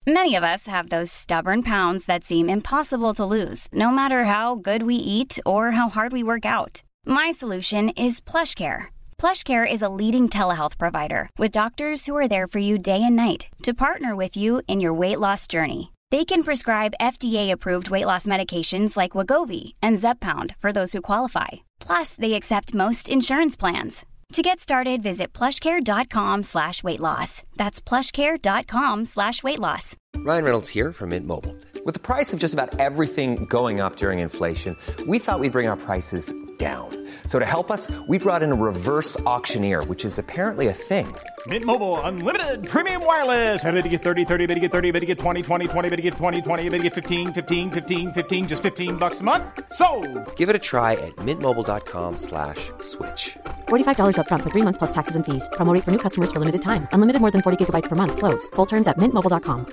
Many of us have those stubborn pounds that seem impossible to lose, no matter how good we eat or how hard we work out. My solution is PlushCare. PlushCare is a leading telehealth provider with doctors who are there for you day and night to partner with you in your weight loss journey. They can prescribe FDA-approved weight loss medications like Wegovy and Zepbound for those who qualify. Plus, they accept most insurance plans. To get started, visit plushcare.com/weightloss. That's plushcare.com/weightloss. Ryan Reynolds here from Mint Mobile. With the price of just about everything going up during inflation, we thought we'd bring our prices down. So to help us, we brought in a reverse auctioneer, which is apparently a thing. Mint Mobile Unlimited Premium Wireless. How to get 30, 30, how to get 30, how to get 20, 20, 20, how to get 20, 20, how to get 15, 15, 15, 15, just $15 a month? Sold! Give it a try at mintmobile.com/switch. $45 up front for 3 months plus taxes and fees. Promo rate for new customers for limited time. Unlimited more than 40 gigabytes per month. Slows full terms at mintmobile.com.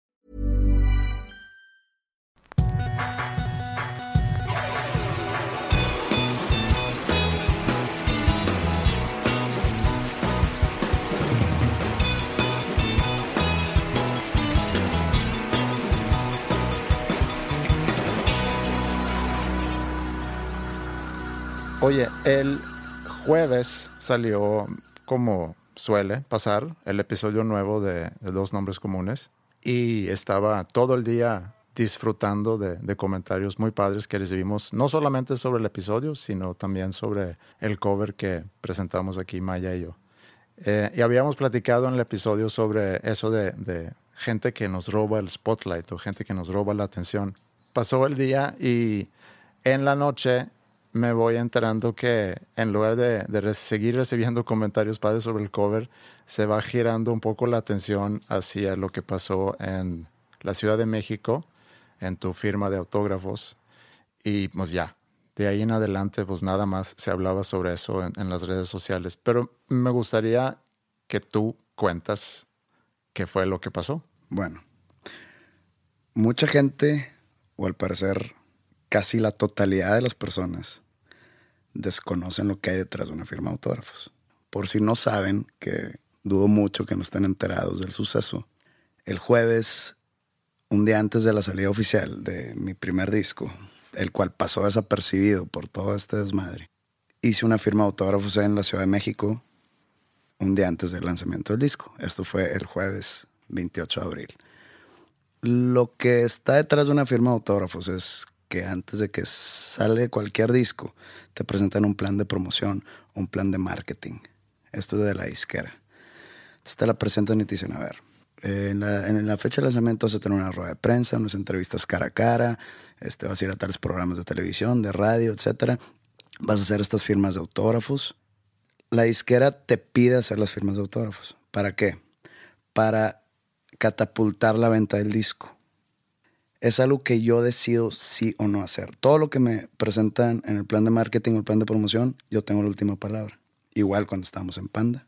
Oye, el jueves salió, como suele pasar, el episodio nuevo de Dos Nombres Comunes y estaba todo el día disfrutando de comentarios muy padres que recibimos, no solamente sobre el episodio, sino también sobre el cover que presentamos aquí, Maya y yo. Y habíamos platicado en el episodio sobre eso de gente que nos roba el spotlight o gente que nos roba la atención. Pasó el día y en la noche me voy enterando que en lugar de seguir recibiendo comentarios padres sobre el cover, se va girando un poco la atención hacia lo que pasó en la Ciudad de México, en tu firma de autógrafos. Y pues ya, de ahí en adelante, pues nada más se hablaba sobre eso en las redes sociales. Pero me gustaría que tú cuentas qué fue lo que pasó. Bueno, mucha gente, o al parecer casi la totalidad de las personas, desconocen lo que hay detrás de una firma de autógrafos. Por si no saben, que dudo mucho que no estén enterados del suceso, el jueves, un día antes de la salida oficial de mi primer disco, el cual pasó desapercibido por todo este desmadre, hice una firma de autógrafos en la Ciudad de México un día antes del lanzamiento del disco. Esto fue el jueves 28 de abril. Lo que está detrás de una firma de autógrafos es que antes de que sale cualquier disco, te presentan un plan de promoción, un plan de marketing. Esto es de la disquera. Entonces te la presentan y te dicen, a ver, en la fecha de lanzamiento vas a tener una rueda de prensa, unas entrevistas cara a cara, vas a ir a tales programas de televisión, de radio, etc. Vas a hacer estas firmas de autógrafos. La disquera te pide hacer las firmas de autógrafos. ¿Para qué? Para catapultar la venta del disco. Es algo que yo decido sí o no hacer. Todo lo que me presentan en el plan de marketing o el plan de promoción, yo tengo la última palabra. Igual cuando estábamos en Panda.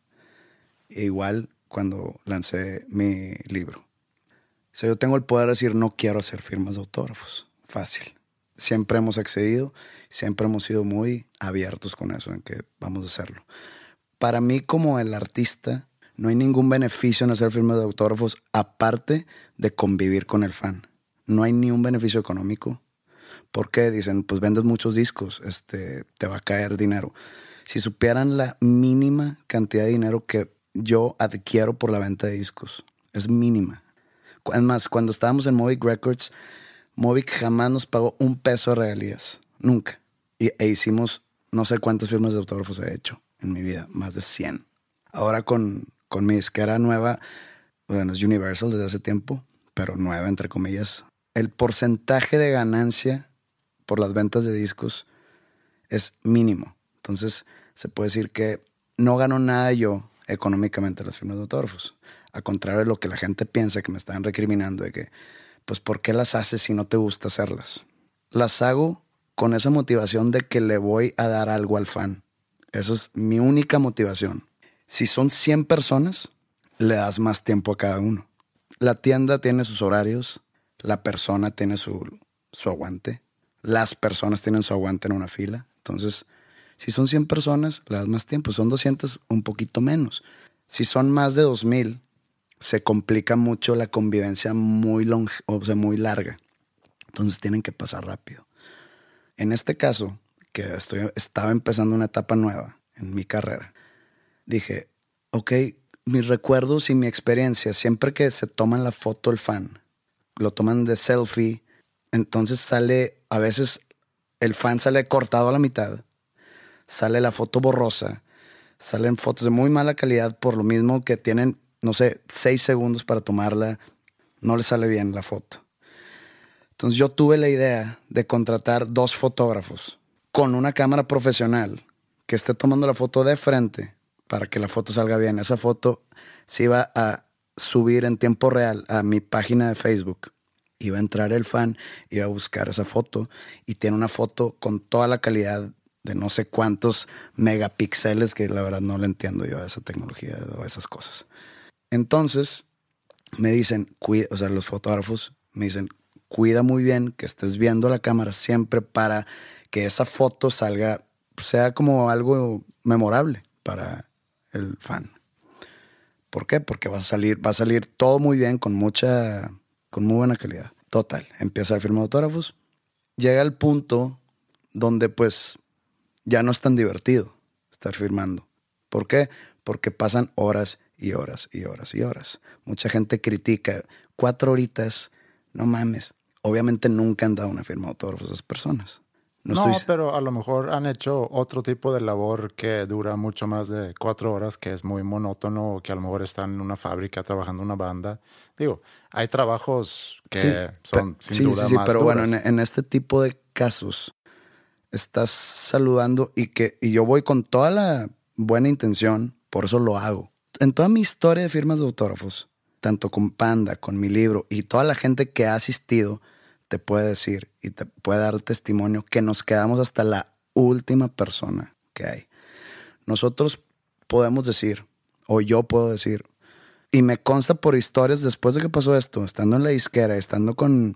Igual cuando lancé mi libro. O sea, yo tengo el poder de decir, no quiero hacer firmas de autógrafos. Fácil. Siempre hemos accedido, siempre hemos sido muy abiertos con eso, en que vamos a hacerlo. Para mí, como el artista, no hay ningún beneficio en hacer firmas de autógrafos aparte de convivir con el fan. No hay ni un beneficio económico. Porque dicen, pues vendes muchos discos, te va a caer dinero. Si supieran la mínima cantidad de dinero que yo adquiero por la venta de discos, es mínima. Es más, cuando estábamos en Movic Records, Movic jamás nos pagó un peso de regalías. Nunca. E hicimos no sé cuántas firmas de autógrafos he hecho en mi vida, más de 100. Ahora con mi disquera nueva, bueno, es Universal desde hace tiempo, pero nueva entre comillas, el porcentaje de ganancia por las ventas de discos es mínimo. Entonces se puede decir que no gano nada yo económicamente las firmas de autógrafos. A contrario de lo que la gente piensa, que me están recriminando de que, pues, ¿por qué las haces si no te gusta hacerlas? Las hago con esa motivación de que le voy a dar algo al fan. Eso es mi única motivación. Si son 100 personas, le das más tiempo a cada uno. La tienda tiene sus horarios, la persona tiene su aguante, las personas tienen su aguante en una fila. Entonces, si son 100 personas, le das más tiempo. Son 200, un poquito menos. Si son más de 2,000, se complica mucho la convivencia muy larga. Entonces tienen que pasar rápido. En este caso, que estaba empezando una etapa nueva en mi carrera, dije, ok, mis recuerdos y mi experiencia, siempre que se toman la foto el fan, lo toman de selfie, entonces sale, a veces el fan sale cortado a la mitad, sale la foto borrosa, salen fotos de muy mala calidad por lo mismo que tienen, no sé, 6 segundos para tomarla, no le sale bien la foto. Entonces yo tuve la idea de contratar 2 fotógrafos con una cámara profesional que esté tomando la foto de frente para que la foto salga bien. Esa foto se iba a subir en tiempo real a mi página de Facebook. Iba a entrar el fan, iba a buscar esa foto y tiene una foto con toda la calidad de no sé cuántos megapíxeles, que la verdad no le entiendo yo a esa tecnología o a esas cosas. Entonces me dicen, o sea, los fotógrafos me dicen, cuida muy bien que estés viendo la cámara siempre para que esa foto salga, sea como algo memorable para el fan. ¿Por qué? Porque va a salir todo muy bien, con muy buena calidad. Total, empieza a firmar autógrafos. Llega el punto donde pues ya no es tan divertido estar firmando. ¿Por qué? Porque pasan horas y horas y horas y horas. Mucha gente critica, 4 horitas, no mames. Obviamente nunca han dado una firma de autógrafos a esas personas. Pero a lo mejor han hecho otro tipo de labor que dura mucho más de 4 horas, que es muy monótono, o que a lo mejor están en una fábrica trabajando una banda. Digo, hay trabajos que son sin duda más pero duras. bueno, en este tipo de casos estás saludando y yo voy con toda la buena intención, por eso lo hago. En toda mi historia de firmas de autógrafos, tanto con Panda, con mi libro y toda la gente que ha asistido, te puede decir y te puede dar testimonio que nos quedamos hasta la última persona que hay. Nosotros podemos decir, o yo puedo decir, y me consta por historias después de que pasó esto, estando en la disquera, estando con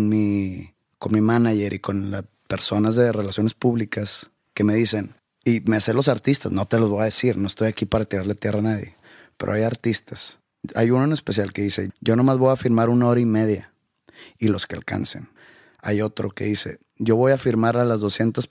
mi manager y con las personas de relaciones públicas, que me dicen, y me sé los artistas, no te los voy a decir, no estoy aquí para tirarle tierra a nadie, pero hay artistas. Hay uno en especial que dice, yo nomás voy a firmar 1 hora y media y los que alcancen. Hay otro que dice, yo voy a firmar a las 200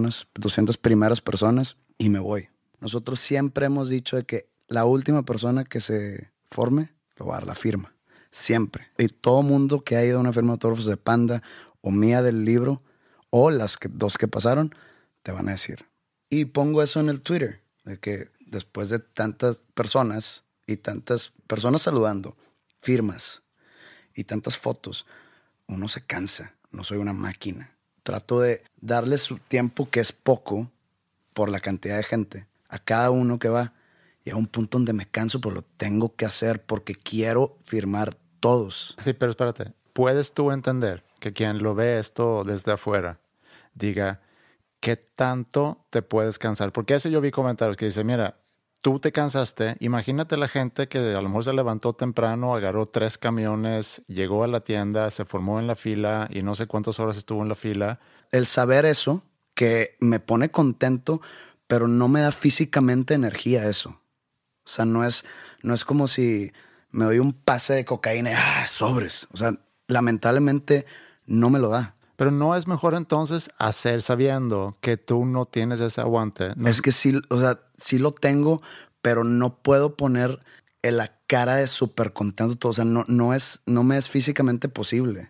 primeras personas y me voy. Nosotros siempre hemos dicho de que la última persona que se forme lo va a dar la firma. Siempre. Y todo mundo que ha ido a una firma de autógrafos de Panda o mía del libro o las 2 que pasaron, te van a decir. Y pongo eso en el Twitter, de que después de tantas personas y tantas personas saludando, firmas y tantas fotos, uno se cansa. No soy una máquina. Trato de darle su tiempo, que es poco por la cantidad de gente, a cada uno que va. Y a un punto donde me canso, pero lo tengo que hacer porque quiero firmar todos. Sí, pero espérate. ¿Puedes tú entender que quien lo ve esto desde afuera diga qué tanto te puedes cansar? Porque eso yo vi comentarios que dicen, mira, tú te cansaste, imagínate la gente que a lo mejor se levantó temprano, agarró 3 camiones, llegó a la tienda, se formó en la fila y no sé cuántas horas estuvo en la fila. El saber eso, que me pone contento, pero no me da físicamente energía eso. O sea, no es como si me doy un pase de cocaína y sobres. O sea, lamentablemente no me lo da. Pero no es mejor entonces hacer sabiendo que tú no tienes ese aguante. No es que sí, o sea, sí lo tengo, pero no puedo poner en la cara de súper contento todo. O sea, no me es físicamente posible.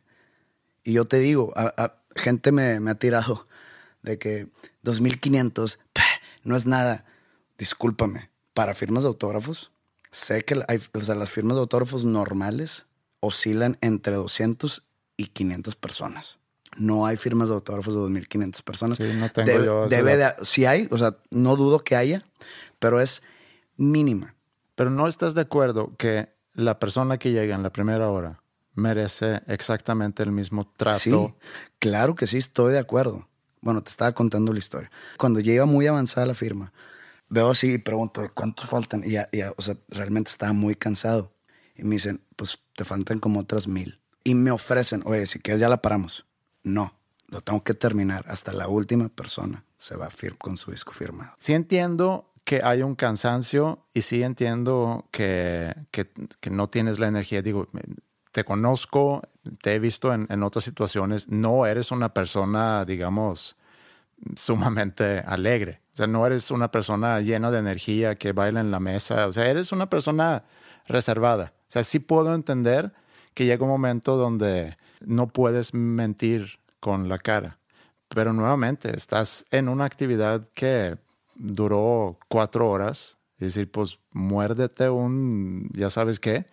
Y yo te digo, gente me ha tirado de que 2,500 no es nada. Discúlpame, para firmas de autógrafos, sé que las firmas de autógrafos normales oscilan entre 200 y 500 personas. No hay firmas de autógrafos de 2,500 personas. Sí, no tengo yo. Si hay, o sea, no dudo que haya, pero es mínima. Pero ¿no estás de acuerdo que la persona que llega en la primera hora merece exactamente el mismo trato? Sí, claro que sí, estoy de acuerdo. Bueno, te estaba contando la historia. Cuando llega muy avanzada la firma, veo así y pregunto, ¿de cuántos faltan? Y o sea, realmente estaba muy cansado. Y me dicen, pues te faltan como otras 1,000. Y me ofrecen, oye, si quieres ya la paramos. No, lo tengo que terminar. Hasta la última persona se va con su disco firmado. Sí entiendo que hay un cansancio y sí entiendo que no tienes la energía. Digo, te conozco, te he visto en otras situaciones. No eres una persona, digamos, sumamente alegre. O sea, no eres una persona llena de energía que baila en la mesa. O sea, eres una persona reservada. O sea, sí puedo entender que llega un momento donde no puedes mentir con la cara. Pero nuevamente, estás en una actividad que duró 4 horas. Es decir, pues muérdete ya sabes qué,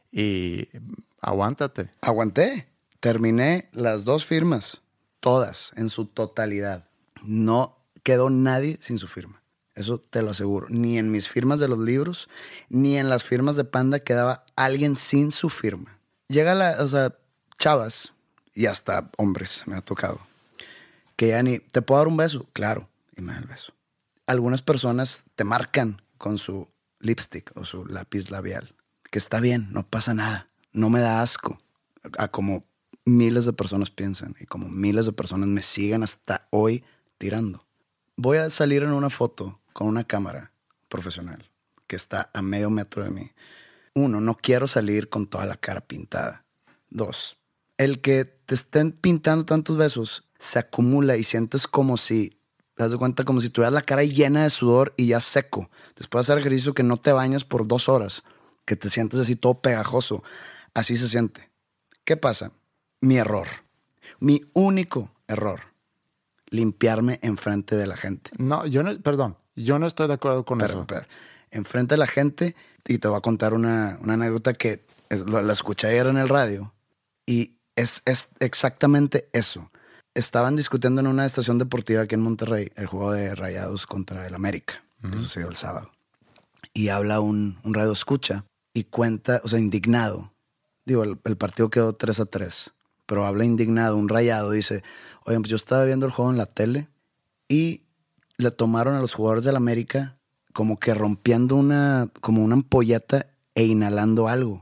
y aguántate. Aguanté. Terminé las 2 firmas, todas, en su totalidad. No quedó nadie sin su firma. Eso te lo aseguro. Ni en mis firmas de los libros, ni en las firmas de Panda quedaba alguien sin su firma. Llega chavas, y hasta hombres me ha tocado, que ya ni, ¿te puedo dar un beso? Claro, y me da el beso. Algunas personas te marcan con su lipstick o su lápiz labial, que está bien, no pasa nada, no me da asco, a como miles de personas piensan y como miles de personas me siguen hasta hoy tirando. Voy a salir en una foto con una cámara profesional que está a medio metro de mí. 1, no quiero salir con toda la cara pintada. 2, el que te estén pintando tantos besos se acumula y sientes como si, te das cuenta, como si tuvieras la cara llena de sudor y ya seco. Después de hacer ejercicio que no te bañas por 2 horas, que te sientes así todo pegajoso. Así se siente. ¿Qué pasa? Mi error. Mi único error. Limpiarme enfrente de la gente. No, yo no estoy de acuerdo con eso. Pero, enfrente de la gente, y te voy a contar una anécdota que la escuché ayer en el radio, y es exactamente eso. Estaban discutiendo en una estación deportiva aquí en Monterrey el juego de Rayados contra el América, que sucedió el sábado. Y habla un radio escucha y cuenta, o sea, indignado. Digo, el partido quedó 3-3, pero habla indignado. Un Rayado dice, oye, pues yo estaba viendo el juego en la tele y le tomaron a los jugadores del América como que rompiendo como una ampolleta e inhalando algo.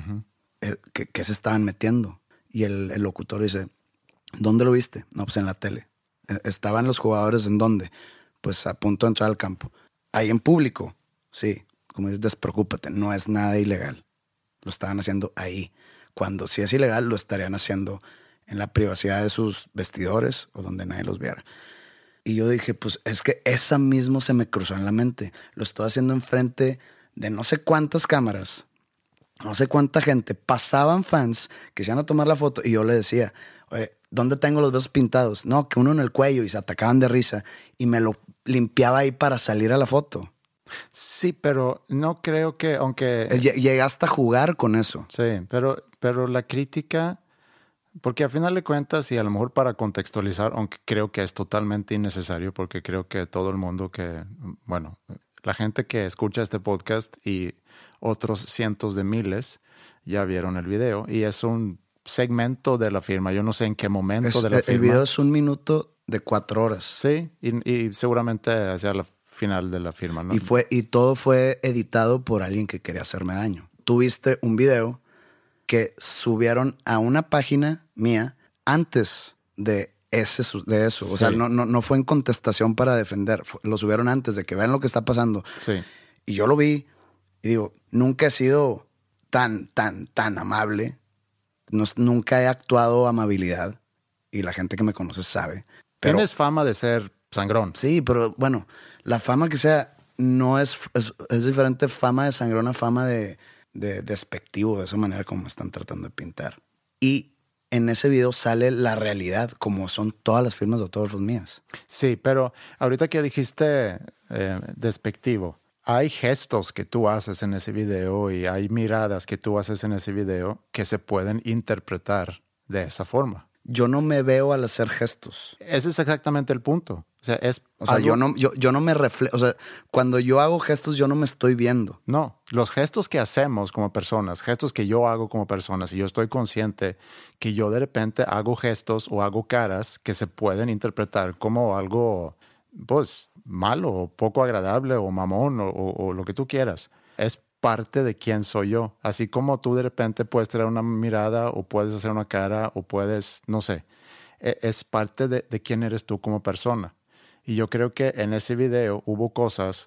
Que se estaban metiendo. Y el locutor dice, ¿dónde lo viste? No, pues en la tele. ¿Estaban los jugadores en dónde? Pues a punto de entrar al campo. Ahí en público, sí. Como dices, despreocúpate, no es nada ilegal. Lo estaban haciendo ahí. Cuando sí es ilegal, lo estarían haciendo en la privacidad de sus vestidores o donde nadie los viera. Y yo dije, pues es que esa mismo se me cruzó en la mente. Lo estoy haciendo enfrente de no sé cuántas cámaras, no sé cuánta gente. Pasaban fans que se iban a tomar la foto y yo le decía, oye, ¿dónde tengo los besos pintados? No, que uno en el cuello, y se atacaban de risa y me lo limpiaba ahí para salir a la foto. Sí, pero no creo que, aunque... Llegaste a jugar con eso. Sí, pero la crítica, porque al final de cuentas, y a lo mejor para contextualizar, aunque creo que es totalmente innecesario, porque creo que todo el mundo la gente que escucha este podcast y otros cientos de miles ya vieron el video, y es un segmento de la firma. Yo no sé en qué momento de la firma. El video es 1 minuto de 4 horas. Sí, y seguramente hacia la final de la firma, ¿no? Y todo fue editado por alguien que quería hacerme daño. Tuviste un video que subieron a una página mía antes de eso. Sí. O sea, no fue en contestación para defender. Lo subieron antes de que vean lo que está pasando. Sí. Y yo lo vi y digo, nunca he sido tan amable. Nunca he actuado amabilidad. Y la gente que me conoce sabe. Pero tienes fama de ser sangrón. Sí, pero bueno, la fama que sea no es diferente fama de sangrón a fama de despectivo, de esa manera como me están tratando de pintar. Y en ese video sale la realidad, como son todas las firmas de autógrafos mías. Sí, pero ahorita que dijiste despectivo, hay gestos que tú haces en ese video y hay miradas que tú haces en ese video que se pueden interpretar de esa forma. Yo no me veo al hacer gestos. Ese es exactamente el punto. Yo no me reflejo. O sea, cuando yo hago gestos, yo no me estoy viendo. No, los gestos que hacemos como personas, gestos que yo hago como personas, y yo estoy consciente que yo de repente hago gestos o hago caras que se pueden interpretar como algo, pues, malo o poco agradable o mamón o lo que tú quieras. Es parte de quién soy yo. Así como tú de repente puedes traer una mirada o puedes hacer una cara o puedes, no sé, es parte de quién eres tú como persona. Y yo creo que en ese video hubo cosas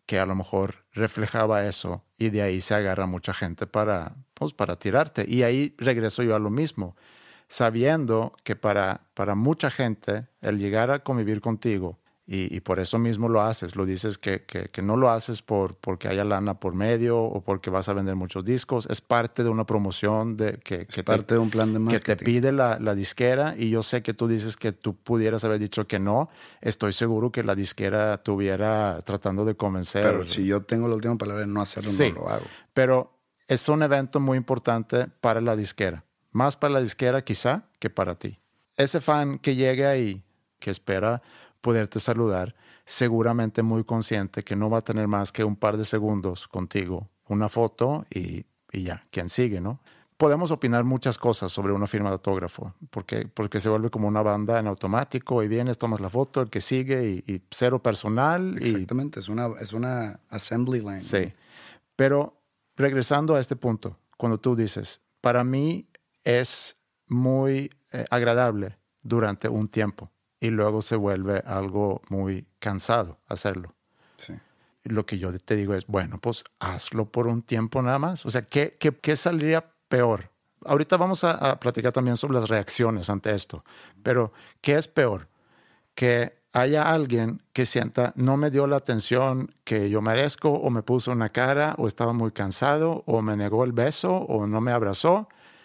que a lo mejor reflejaba eso y de ahí se agarra mucha gente para tirarte. Y ahí regreso yo a lo mismo, sabiendo que para mucha gente el llegar a convivir contigo, y por eso mismo lo haces, lo dices que no lo haces porque haya lana por medio o porque vas a vender muchos discos, es parte de una promoción parte de un plan de marketing que te pide la disquera, y yo sé que tú dices que tú pudieras haber dicho que no, estoy seguro que la disquera estuviera tratando de convencer. Pero si yo tengo la última palabra de no hacerlo, sí, no lo hago. Pero es un evento muy importante para la disquera, más para la disquera quizá que para ti. Ese fan que llega ahí, que espera poderte saludar, seguramente muy consciente que no va a tener más que un par de segundos contigo, una foto y ya, quien sigue, ¿no? Podemos opinar muchas cosas sobre una firma de autógrafo, porque se vuelve como una banda en automático, y vienes, tomas la foto, el que sigue y cero personal. Exactamente, es una assembly line. Sí, pero regresando a este punto, cuando tú dices, para mí es muy agradable durante un tiempo, y luego se vuelve algo muy cansado hacerlo. Sí. Lo que yo te digo es, bueno, pues hazlo por un tiempo nada más. O sea, ¿qué saldría peor? Ahorita vamos a platicar también sobre las reacciones ante esto. Pero, ¿qué es peor? Que haya alguien que sienta, no me dio la atención que yo merezco, o me puso una cara, o estaba muy cansado, o me negó el beso, o no me abrazó,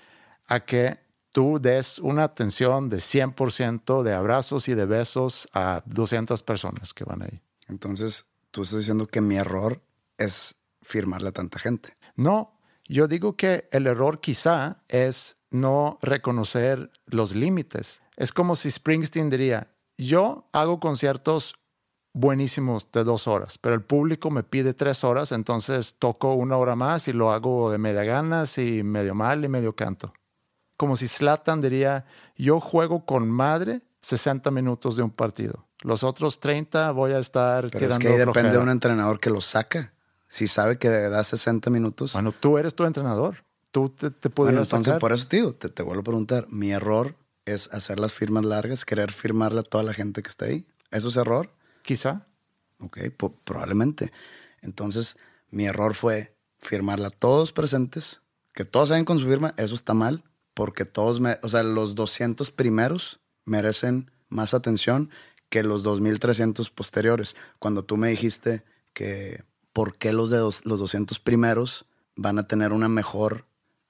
a que tú des una atención de 100% de abrazos y de besos a 200 personas que van ahí. Entonces, tú estás diciendo que mi error es firmarle a tanta gente. No, yo digo que el error quizá es no reconocer los límites. Es como si Springsteen diría, yo hago conciertos buenísimos de 2 horas, pero el público me pide 3 horas, entonces toco 1 hora más y lo hago de media ganas y medio mal y medio canto. Como si Zlatan diría, yo juego con madre 60 minutos de un partido. Los otros 30 voy a estar pero tirando es que ahí flojera. depende de un entrenador que lo saca. Si sabe que da 60 minutos. Bueno, tú eres tu entrenador. Tú te podrías bueno, entonces sacar. Por eso te vuelvo a preguntar. Mi error es hacer las firmas largas, querer firmarle a toda la gente que está ahí. ¿Eso es error? Quizá. Ok, probablemente. Entonces, mi error fue firmarle a todos presentes, que todos saben con su firma. Eso está mal. Porque los 200 primeros merecen más atención que los 2,300 posteriores. Cuando tú me dijiste que por qué los 200 primeros van a tener un mejor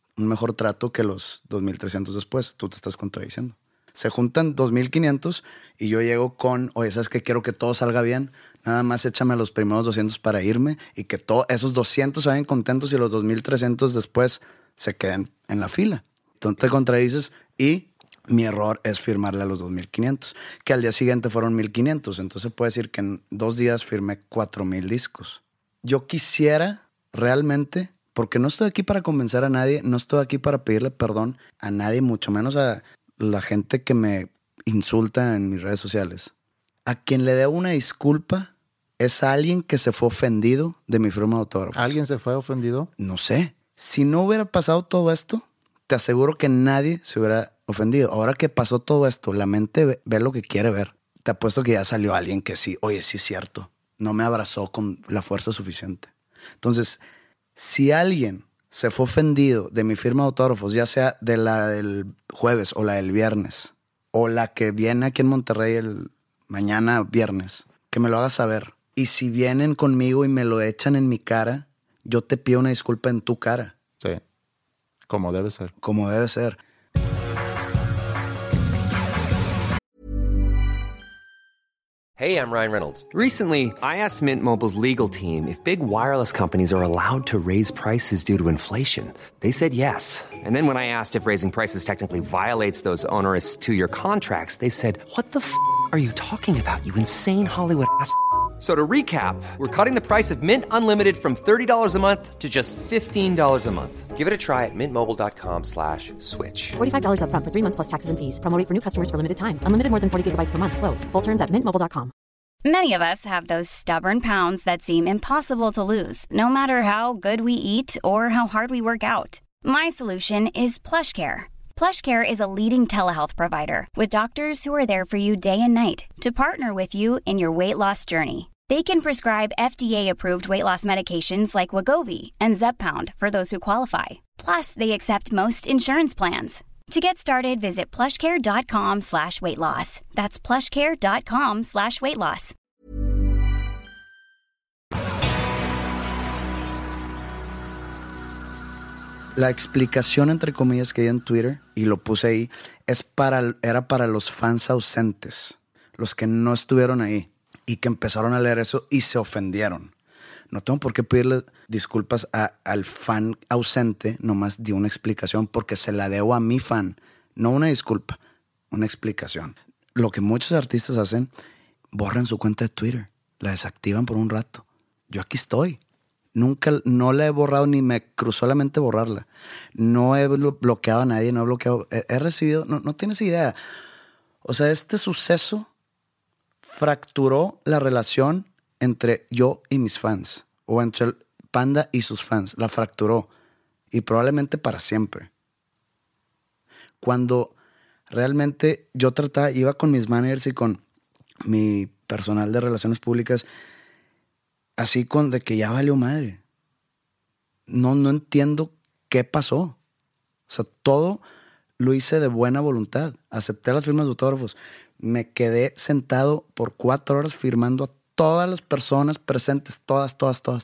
trato que los 2,300 después, tú te estás contradiciendo. Se juntan 2,500 y yo llego con, oye, ¿sabes qué? Quiero que todo salga bien. Nada más échame los primeros 200 para irme y que esos 200 se vayan contentos y los 2,300 después se queden en la fila. Entonces te contradices y mi error es firmarle a los 2,500, que al día siguiente fueron 1,500. Entonces puede decir que en 2 días firmé 4,000 discos. Yo quisiera realmente, porque no estoy aquí para convencer a nadie, no estoy aquí para pedirle perdón a nadie, mucho menos a la gente que me insulta en mis redes sociales. A quien le dé una disculpa es a alguien que se fue ofendido de mi firma de autógrafos. ¿Alguien se fue ofendido? No sé. Si no hubiera pasado todo esto, te aseguro que nadie se hubiera ofendido. Ahora que pasó todo esto, la mente ve lo que quiere ver. Te apuesto que ya salió alguien que sí, oye, sí es cierto. No me abrazó con la fuerza suficiente. Entonces, si alguien se fue ofendido de mi firma de autógrafos, ya sea de la del jueves o la del viernes, o la que viene aquí en Monterrey el mañana viernes, que me lo haga saber. Y si vienen conmigo y me lo echan en mi cara, yo te pido una disculpa en tu cara. Sí. Como debe ser. Como debe ser. Hey, I'm Ryan Reynolds. Recently, I asked Mint Mobile's legal team if big wireless companies are allowed to raise prices due to inflation. They said yes. And then when I asked if raising prices technically violates those onerous 2-year contracts, they said, what the f*** are you talking about, you insane Hollywood ass f- So to recap, we're cutting the price of Mint Unlimited from $30 a month to just $15 a month. Give it a try at mintmobile.com/switch. $45 up front for 3 months plus taxes and fees. Promo rate for new customers for limited time. Unlimited more than 40 gigabytes per month. Slows full terms at mintmobile.com. Many of us have those stubborn pounds that seem impossible to lose, no matter how good we eat or how hard we work out. My solution is PlushCare. PlushCare is a leading telehealth provider with doctors who are there for you day and night to partner with you in your weight loss journey. They can prescribe FDA-approved weight loss medications like Wegovy and Zepbound for those who qualify. Plus, they accept most insurance plans. To get started, visit plushcare.com/weightloss. That's plushcare.com/weightloss. La explicación, entre comillas, que hay en Twitter, y lo puse ahí, era para los fans ausentes, los que no estuvieron ahí y que empezaron a leer eso y se ofendieron. No tengo por qué pedirle disculpas al fan ausente, nomás di una explicación porque se la debo a mi fan. No una disculpa, una explicación. Lo que muchos artistas hacen, borran su cuenta de Twitter, la desactivan por un rato. Yo aquí estoy. No la he borrado ni me cruzó la mente borrarla. No he bloqueado a nadie, no he bloqueado. He recibido, no tienes idea. O sea, este suceso fracturó la relación entre yo y mis fans, o entre el Panda y sus fans. La fracturó, y probablemente para siempre. Cuando realmente yo iba con mis managers y con mi personal de relaciones públicas, así de que ya valió madre. No entiendo qué pasó. O sea, todo lo hice de buena voluntad. Acepté las firmas de autógrafos. Me quedé sentado por 4 horas firmando a todas las personas presentes. Todas.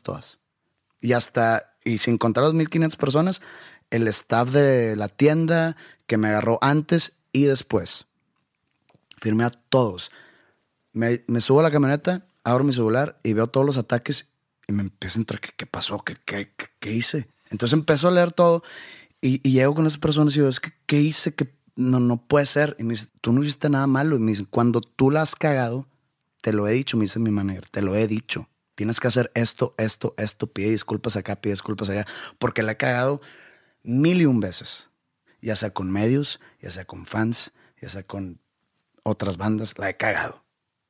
Y sin contar las 1,500 personas, el staff de la tienda que me agarró antes y después. Firmé a todos. Me subo a la camioneta, abro mi celular y veo todos los ataques y me empieza a entrar, ¿qué pasó? ¿Qué hice? Entonces empiezo a leer todo y llego con esas personas y digo, ¿qué hice? Que no puede ser. Y me dice, tú no hiciste nada malo. Y me dice, cuando tú la has cagado, te lo he dicho, me dice mi manager, te lo he dicho. Tienes que hacer esto, pide disculpas acá, pide disculpas allá, porque la he cagado 1,000,000 veces. Ya sea con medios, ya sea con fans, ya sea con otras bandas, la he cagado.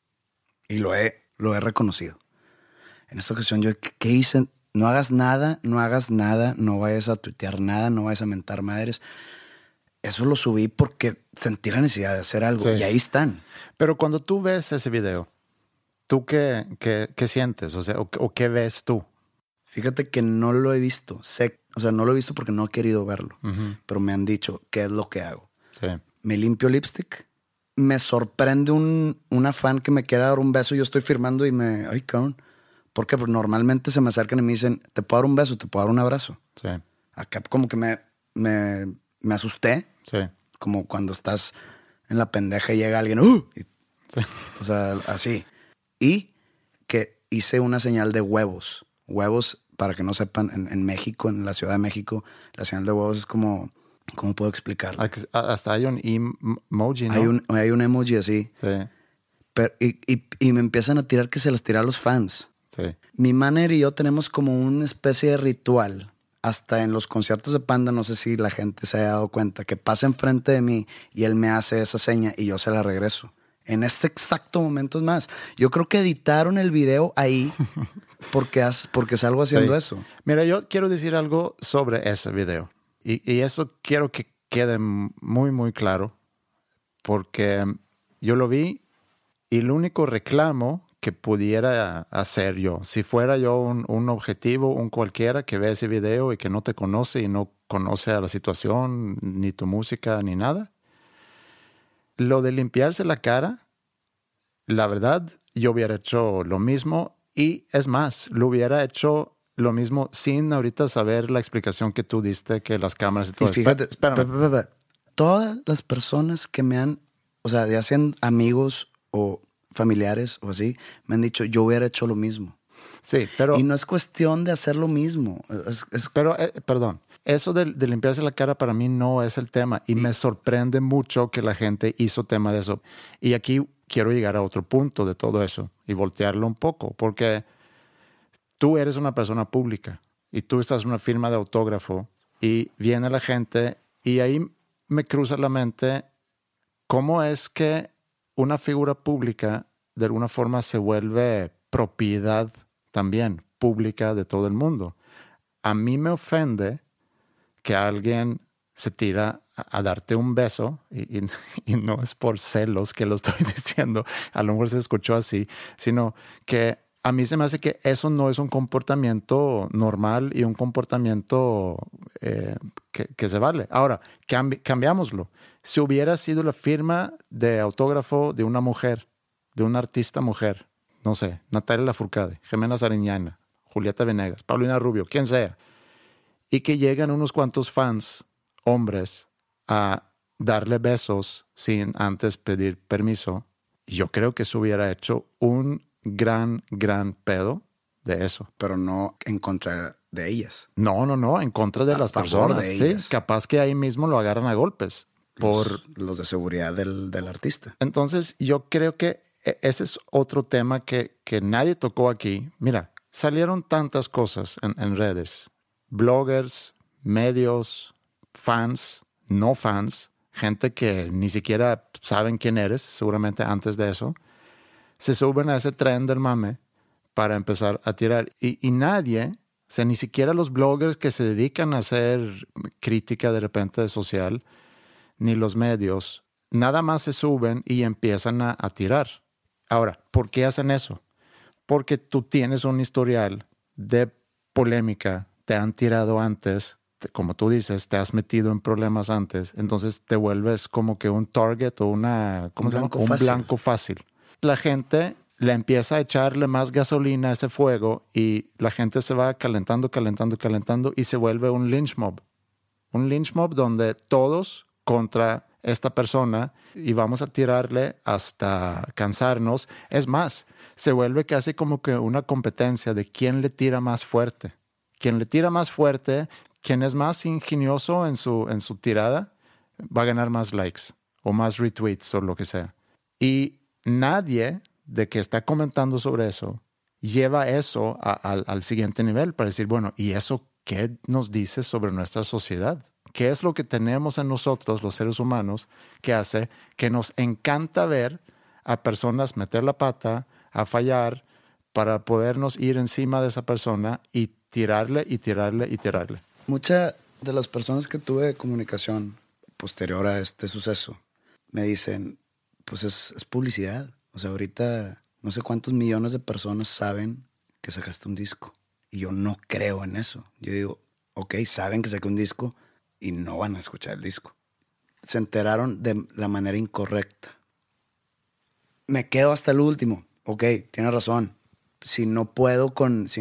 Y lo he reconocido. En esta ocasión yo, ¿qué hice? No hagas nada, no vayas a tuitear nada, no vayas a mentar madres. Eso lo subí porque sentí la necesidad de hacer algo. Sí. Y ahí están. Pero cuando tú ves ese video, ¿tú qué sientes? O sea, ¿o qué ves tú? Fíjate que no lo he visto. No lo he visto porque no he querido verlo. Uh-huh. Pero me han dicho qué es lo que hago. Sí. Me limpio lipstick. Me sorprende una fan que me quiera dar un beso y yo estoy firmando y ay, cabrón. Porque normalmente se me acercan y me dicen, ¿te puedo dar un beso? ¿Te puedo dar un abrazo? Sí. Acá como que me asusté. Sí. Como cuando estás en la pendeja y llega alguien. Sí. O sea, así. Y que hice una señal de huevos. Huevos, para que no sepan, en México, en la Ciudad de México, la señal de huevos es como... ¿Cómo puedo explicarlo? Hasta hay un emoji, ¿no? Hay un emoji así. Sí. Pero, y me empiezan a tirar que se las tira a los fans. Sí. Mi manager y yo tenemos como una especie de ritual. Hasta en los conciertos de Panda, no sé si la gente se haya dado cuenta, que pasa enfrente de mí y él me hace esa seña y yo se la regreso. En ese exacto momento es más. Yo creo que editaron el video ahí porque salgo haciendo eso. Mira, yo quiero decir algo sobre ese video. Y eso quiero que quede muy, muy claro, porque yo lo vi y el único reclamo que pudiera hacer yo, si fuera yo un objetivo, un cualquiera que ve ese video y que no te conoce y no conoce a la situación, ni tu música, ni nada, lo de limpiarse la cara, la verdad, yo hubiera hecho lo mismo y es más, lo hubiera hecho lo mismo sin ahorita saber la explicación que tú diste, que las cámaras y todo. Y fíjate, espérame. Todas las personas que me han, o sea, ya sean amigos o familiares o así, me han dicho, yo hubiera hecho lo mismo. Sí, pero... Y no es cuestión de hacer lo mismo. Pero, perdón, eso de limpiarse la cara para mí no es el tema. Y me sorprende mucho que la gente hizo tema de eso. Y aquí quiero llegar a otro punto de todo eso y voltearlo un poco, porque... Tú eres una persona pública y tú estás en una firma de autógrafo y viene la gente y ahí me cruza la mente cómo es que una figura pública de alguna forma se vuelve propiedad también pública de todo el mundo. A mí me ofende que alguien se tira a darte un beso y no es por celos que lo estoy diciendo, a lo mejor se escuchó así, sino que a mí se me hace que eso no es un comportamiento normal y un comportamiento que se vale. Ahora, cambiámoslo. Si hubiera sido la firma de autógrafo de una mujer, de una artista mujer, no sé, Natalia Lafourcade, Jimena Sariñana, Julieta Venegas, Paulina Rubio, quien sea, y que llegan unos cuantos fans, hombres, a darle besos sin antes pedir permiso, yo creo que se hubiera hecho un gran pedo de eso. Pero no en contra de ellas. No, en contra de las personas. De ellas. Sí, capaz que ahí mismo lo agarran a golpes. Por Los de seguridad del artista. Entonces, yo creo que ese es otro tema que nadie tocó aquí. Mira, salieron tantas cosas en redes. Bloggers, medios, fans, no fans, gente que ni siquiera saben quién eres, seguramente antes de eso, se suben a ese tren del mame para empezar a tirar. Y nadie, o sea, ni siquiera los bloggers que se dedican a hacer crítica de repente social, ni los medios, nada más se suben y empiezan a tirar. Ahora, ¿por qué hacen eso? Porque tú tienes un historial de polémica, te han tirado antes, como tú dices, te has metido en problemas antes, entonces te vuelves como que un target o un blanco fácil. La gente le empieza a echarle más gasolina a ese fuego y la gente se va calentando y se vuelve un lynch mob. Un lynch mob donde todos contra esta persona y vamos a tirarle hasta cansarnos. Es más, se vuelve casi como que una competencia de quién le tira más fuerte. Quien le tira más fuerte, quien es más ingenioso en su tirada, va a ganar más likes o más retweets o lo que sea. Y nadie de que está comentando sobre eso lleva eso al siguiente nivel para decir, bueno, ¿y eso qué nos dice sobre nuestra sociedad? ¿Qué es lo que tenemos en nosotros, los seres humanos, que hace que nos encanta ver a personas meter la pata, a fallar, para podernos ir encima de esa persona y tirarle? Muchas de las personas que tuve de comunicación posterior a este suceso me dicen, pues es publicidad. O sea, ahorita no sé cuántos millones de personas saben que sacaste un disco. Y yo no creo en eso. Yo digo, ok, saben que saqué un disco y no van a escuchar el disco. Se enteraron de la manera incorrecta. Me quedo hasta el último. Ok, tienes razón. Si no puedo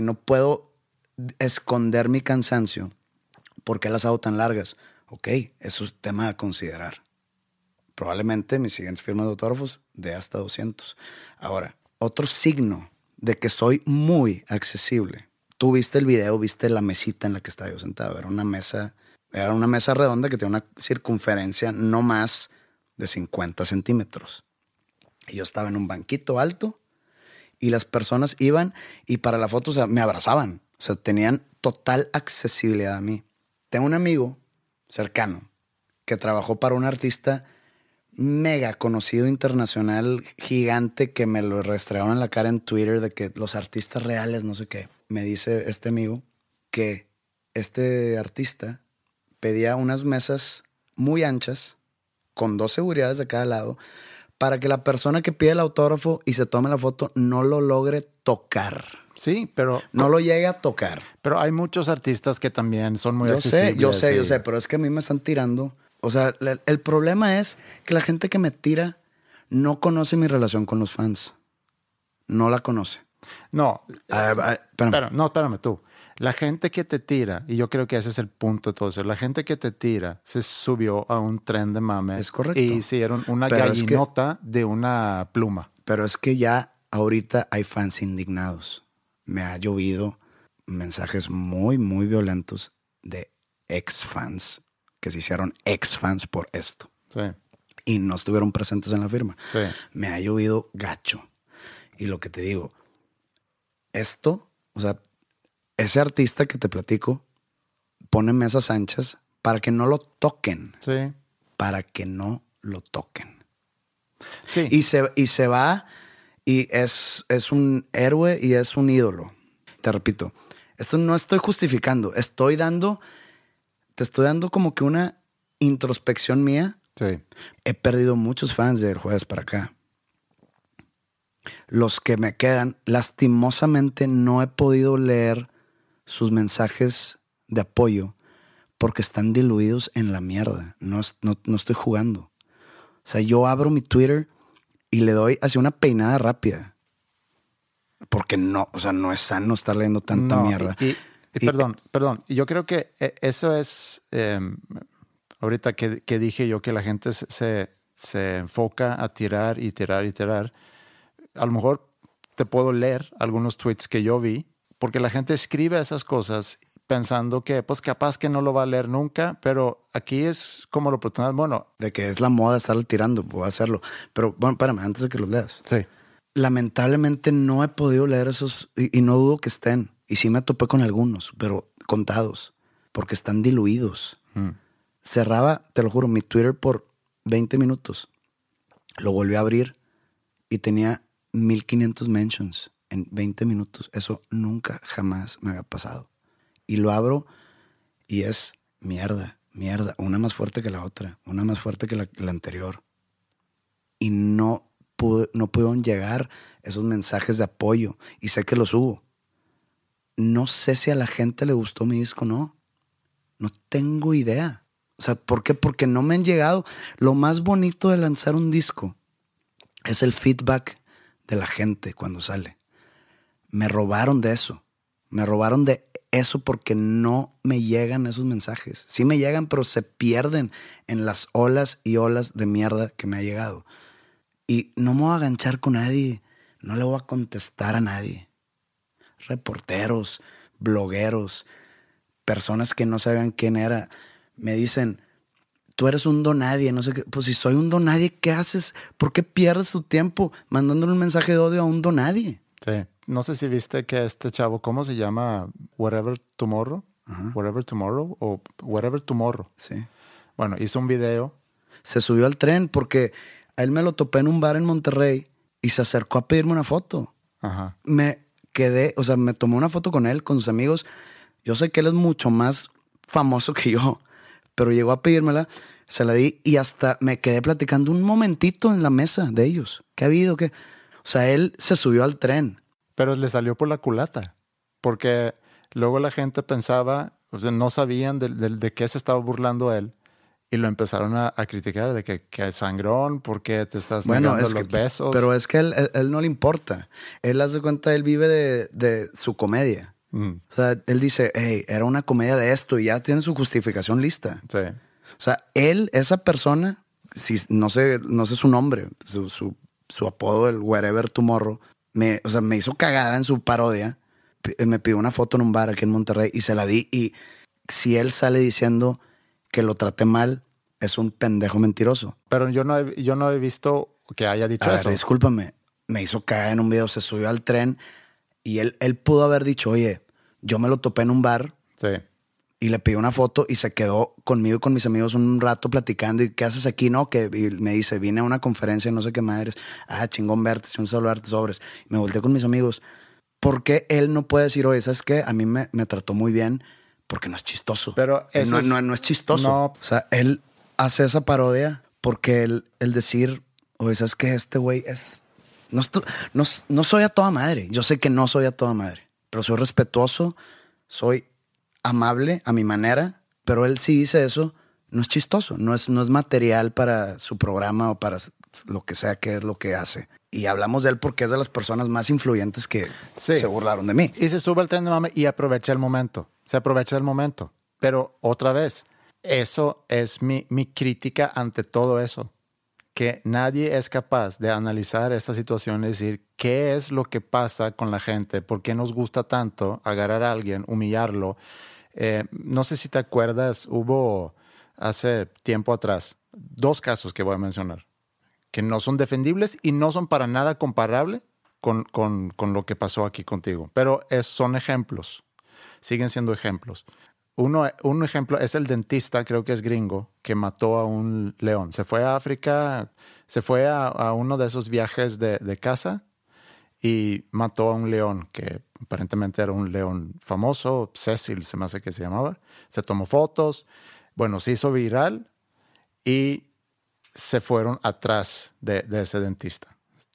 esconder mi cansancio, ¿por qué las hago tan largas? Ok, eso es tema a considerar. Probablemente mis siguientes firmas de autógrafos de hasta 200. Ahora, otro signo de que soy muy accesible. Tú viste el video, viste la mesita en la que estaba yo sentado. Era una mesa redonda que tenía una circunferencia no más de 50 centímetros. Y yo estaba en un banquito alto y las personas iban y para la foto, o sea, me abrazaban. O sea, tenían total accesibilidad a mí. Tengo un amigo cercano que trabajó para un artista mega conocido internacional, gigante, que me lo restregaron en la cara en Twitter de que los artistas reales, no sé qué. Me dice este amigo que este artista pedía unas mesas muy anchas con 2 seguridades de cada lado para que la persona que pide el autógrafo y se tome la foto no lo logre tocar. Sí, pero no lo llegue a tocar. Pero hay muchos artistas que también son muy accesibles. Yo sé, pero es que a mí me están tirando. O sea, el problema es que la gente que me tira no conoce mi relación con los fans. No la conoce. No, espérame tú. La gente que te tira, y yo creo que ese es el punto de todo eso, la gente que te tira se subió a un tren de mame. Es correcto. Y hicieron una gallinota de una pluma. Pero es que ya ahorita hay fans indignados. Me ha llovido mensajes muy, muy violentos de ex-fans que se hicieron ex-fans por esto. Sí. Y no estuvieron presentes en la firma. Sí. Me ha llovido gacho. Y lo que te digo, esto, o sea, ese artista que te platico pone mesas anchas para que no lo toquen. Sí. Para que no lo toquen. Sí. Y se va y es un héroe y es un ídolo. Te repito, esto no estoy justificando. Te estoy dando como que una introspección mía. Sí. He perdido muchos fans del jueves para acá. Los que me quedan, lastimosamente no he podido leer sus mensajes de apoyo porque están diluidos en la mierda. No estoy jugando. O sea, yo abro mi Twitter y le doy hacia una peinada rápida. Porque no es sano estar leyendo tanta mierda. Perdón. Y yo creo que eso es, ahorita que dije yo que la gente se enfoca a tirar. A lo mejor te puedo leer algunos tweets que yo vi, porque la gente escribe esas cosas pensando que pues capaz que no lo va a leer nunca, pero aquí es como la oportunidad, bueno. De que es la moda estarlo tirando, puedo hacerlo. Pero bueno, espérame, antes de que los leas. Sí. Lamentablemente no he podido leer esos y no dudo que estén. Y sí me topé con algunos, pero contados, porque están diluidos. Cerraba, te lo juro, mi Twitter por 20 minutos. Lo volví a abrir y tenía 1500 mentions en 20 minutos. Eso nunca, jamás me había pasado. Y lo abro y es mierda. Una más fuerte que la otra, una más fuerte que la anterior. Y no pudieron llegar esos mensajes de apoyo. Y sé que los hubo. No sé si a la gente le gustó mi disco o no. No tengo idea. O sea, ¿por qué? Porque no me han llegado. Lo más bonito de lanzar un disco es el feedback de la gente cuando sale. Me robaron de eso. Me robaron de eso porque no me llegan esos mensajes. Sí me llegan, pero se pierden en las olas y olas de mierda que me ha llegado. Y no me voy a aganchar con nadie. No le voy a contestar a nadie. Reporteros, blogueros, personas que no sabían quién era, me dicen, tú eres un donadie, no sé qué. Pues si soy un donadie, ¿qué haces? ¿Por qué pierdes tu tiempo mandándole un mensaje de odio a un donadie? Sí. No sé si viste que este chavo, ¿cómo se llama? Whatever Tomorrow. Ajá. Whatever Tomorrow o Whatever Tomorrow. Sí. Bueno, hizo un video. Se subió al tren porque a él me lo topé en un bar en Monterrey y se acercó a pedirme una foto. Ajá. Me tomé una foto con él, con sus amigos. Yo sé que él es mucho más famoso que yo, pero llegó a pedírmela, se la di y hasta me quedé platicando un momentito en la mesa de ellos. ¿Qué ha habido? ¿Qué? O sea, él se subió al tren. Pero le salió por la culata, porque luego la gente pensaba, o sea, no sabían de qué se estaba burlando él y lo empezaron a criticar de que es sangrón, ¿por qué te estás negando los besos? Pero es que él no le importa. Él hace cuenta, él vive de su comedia. O sea, él dice, hey, era una comedia de esto y ya tiene su justificación lista. Sí. O sea, esa persona, no sé su nombre, su apodo, el Wherever Tomorrow, me hizo cagada en su parodia. Me pidió una foto en un bar aquí en Monterrey y se la di. Y si él sale diciendo que lo traté mal, es un pendejo mentiroso. Pero yo no he visto que haya dicho eso. Discúlpame, me hizo cagar en un video, se subió al tren y él pudo haber dicho, oye, yo me lo topé en un bar. Sí. Y le pidió una foto y se quedó conmigo y con mis amigos un rato platicando. ¿Y qué haces aquí? No, y me dice, vine a una conferencia, no sé qué madres. Chingón verte, un saludarte, sobres. Y me volteé con mis amigos. ¿Por qué él no puede decir, oye, ¿sabes qué? A mí me trató muy bien, porque no es chistoso. Pero no es chistoso. No. O sea, él hace esa parodia porque el decir, oye, ¿sabes qué? Este güey es... No soy a toda madre. Yo sé que no soy a toda madre, pero soy respetuoso, soy amable a mi manera, pero él sí dice eso, no es chistoso, no es material para su programa o para lo que sea que es lo que hace. Y hablamos de él porque es de las personas más influyentes que se burlaron de mí. Y se sube al tren de mame y aprovecha el momento. Se aprovecha el momento. Pero otra vez, eso es mi crítica ante todo eso. Que nadie es capaz de analizar esta situación y decir qué es lo que pasa con la gente, por qué nos gusta tanto agarrar a alguien, humillarlo. No sé si te acuerdas, hubo hace tiempo atrás 2 casos que voy a mencionar que no son defendibles y no son para nada comparables con lo que pasó aquí contigo. Pero son ejemplos, siguen siendo ejemplos. Un ejemplo es el dentista, creo que es gringo, que mató a un león. Se fue a África, se fue a uno de esos viajes de caza y mató a un león que aparentemente era un león famoso, Cecil se me hace que se llamaba. Se tomó fotos, bueno, se hizo viral y se fueron atrás de ese dentista.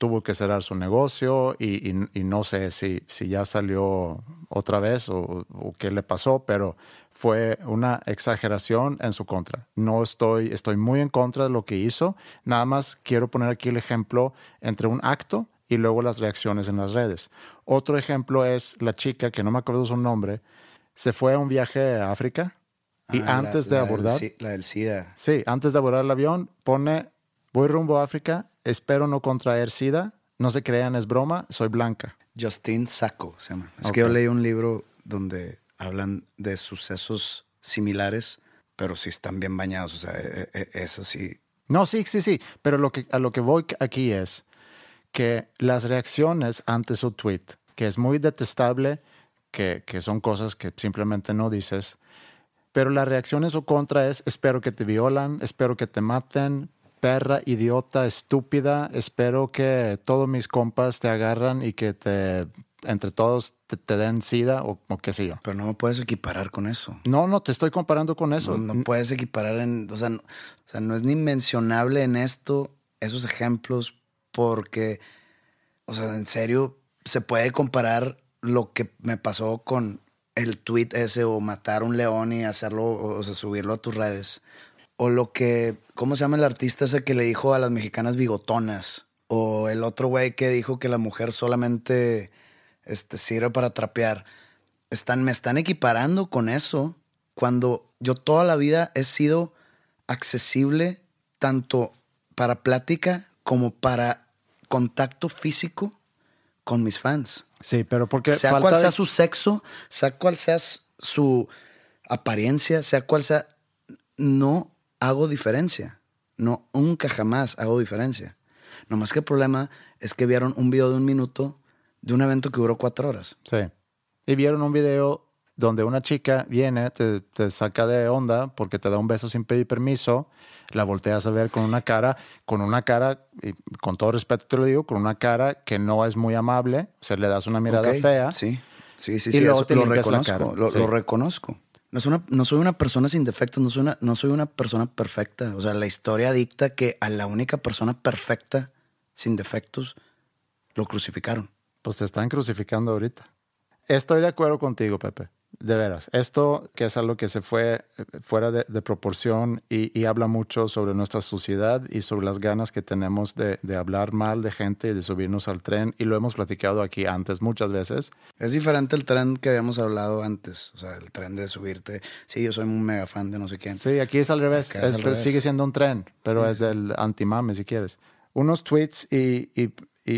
tuvo que cerrar su negocio y no sé si ya salió otra vez o qué le pasó, pero fue una exageración en su contra. Estoy muy en contra de lo que hizo. Nada más quiero poner aquí el ejemplo entre un acto y luego las reacciones en las redes. Otro ejemplo es la chica, que no me acuerdo su nombre, se fue a un viaje a África y antes de abordar... La del SIDA. Sí, antes de abordar el avión pone, voy rumbo a África, espero no contraer SIDA, no se crean, es broma, soy blanca. Justine Sacco se llama. Es Ok. que yo leí un libro donde hablan de sucesos similares, pero sí están bien bañados. O sea, es así. No, sí, pero a lo que voy aquí es que las reacciones ante su tweet, que es muy detestable, que son cosas que simplemente no dices, pero la reacción en su contra es, espero que te violan, espero que te maten, perra, idiota, estúpida, espero que todos mis compas te agarran y que entre todos te den SIDA o qué sé yo. Pero no me puedes equiparar con eso. No, te estoy comparando con eso. No puedes equiparar o sea, no es ni mencionable en esos ejemplos, porque, o sea, en serio, se puede comparar lo que me pasó con el tweet ese o matar un león y hacerlo, o sea, subirlo a tus redes. O lo que, ¿cómo se llama el artista ese que le dijo a las mexicanas bigotonas? O el otro güey que dijo que la mujer solamente sirve para trapear. Me están equiparando con eso cuando yo toda la vida he sido accesible tanto para plática como para contacto físico con mis fans. Sí, pero porque sea cual sea su sexo, sea cual sea su apariencia, sea cual sea, no hago diferencia. No, nunca jamás hago diferencia. Nomás que el problema es que vieron un video de 1 minuto de un evento que duró 4 horas. Sí. Y vieron un video donde una chica viene, te saca de onda porque te da un beso sin pedir permiso, la volteas a ver con una cara, y con todo respeto te lo digo, con una cara que no es muy amable, o sea, le das una mirada fea. Sí, Y luego eso te lo limpias la reconozco, cara. Sí. lo reconozco. No soy una persona sin defectos, no soy una persona perfecta. O sea, la historia dicta que a la única persona perfecta, sin defectos, lo crucificaron. Pues te están crucificando ahorita. Estoy de acuerdo contigo, Pepe. De veras. Esto que es algo que se fue fuera de proporción y habla mucho sobre nuestra sociedad y sobre las ganas que tenemos de hablar mal de gente y de subirnos al tren. Y lo hemos platicado aquí antes muchas veces. Es diferente el tren que habíamos hablado antes. O sea, el tren de subirte. Sí, yo soy un mega fan de no sé quién. Sí, aquí es al revés. Acá es al revés. Sigue siendo un tren, pero es del antimame, si quieres. Unos tweets y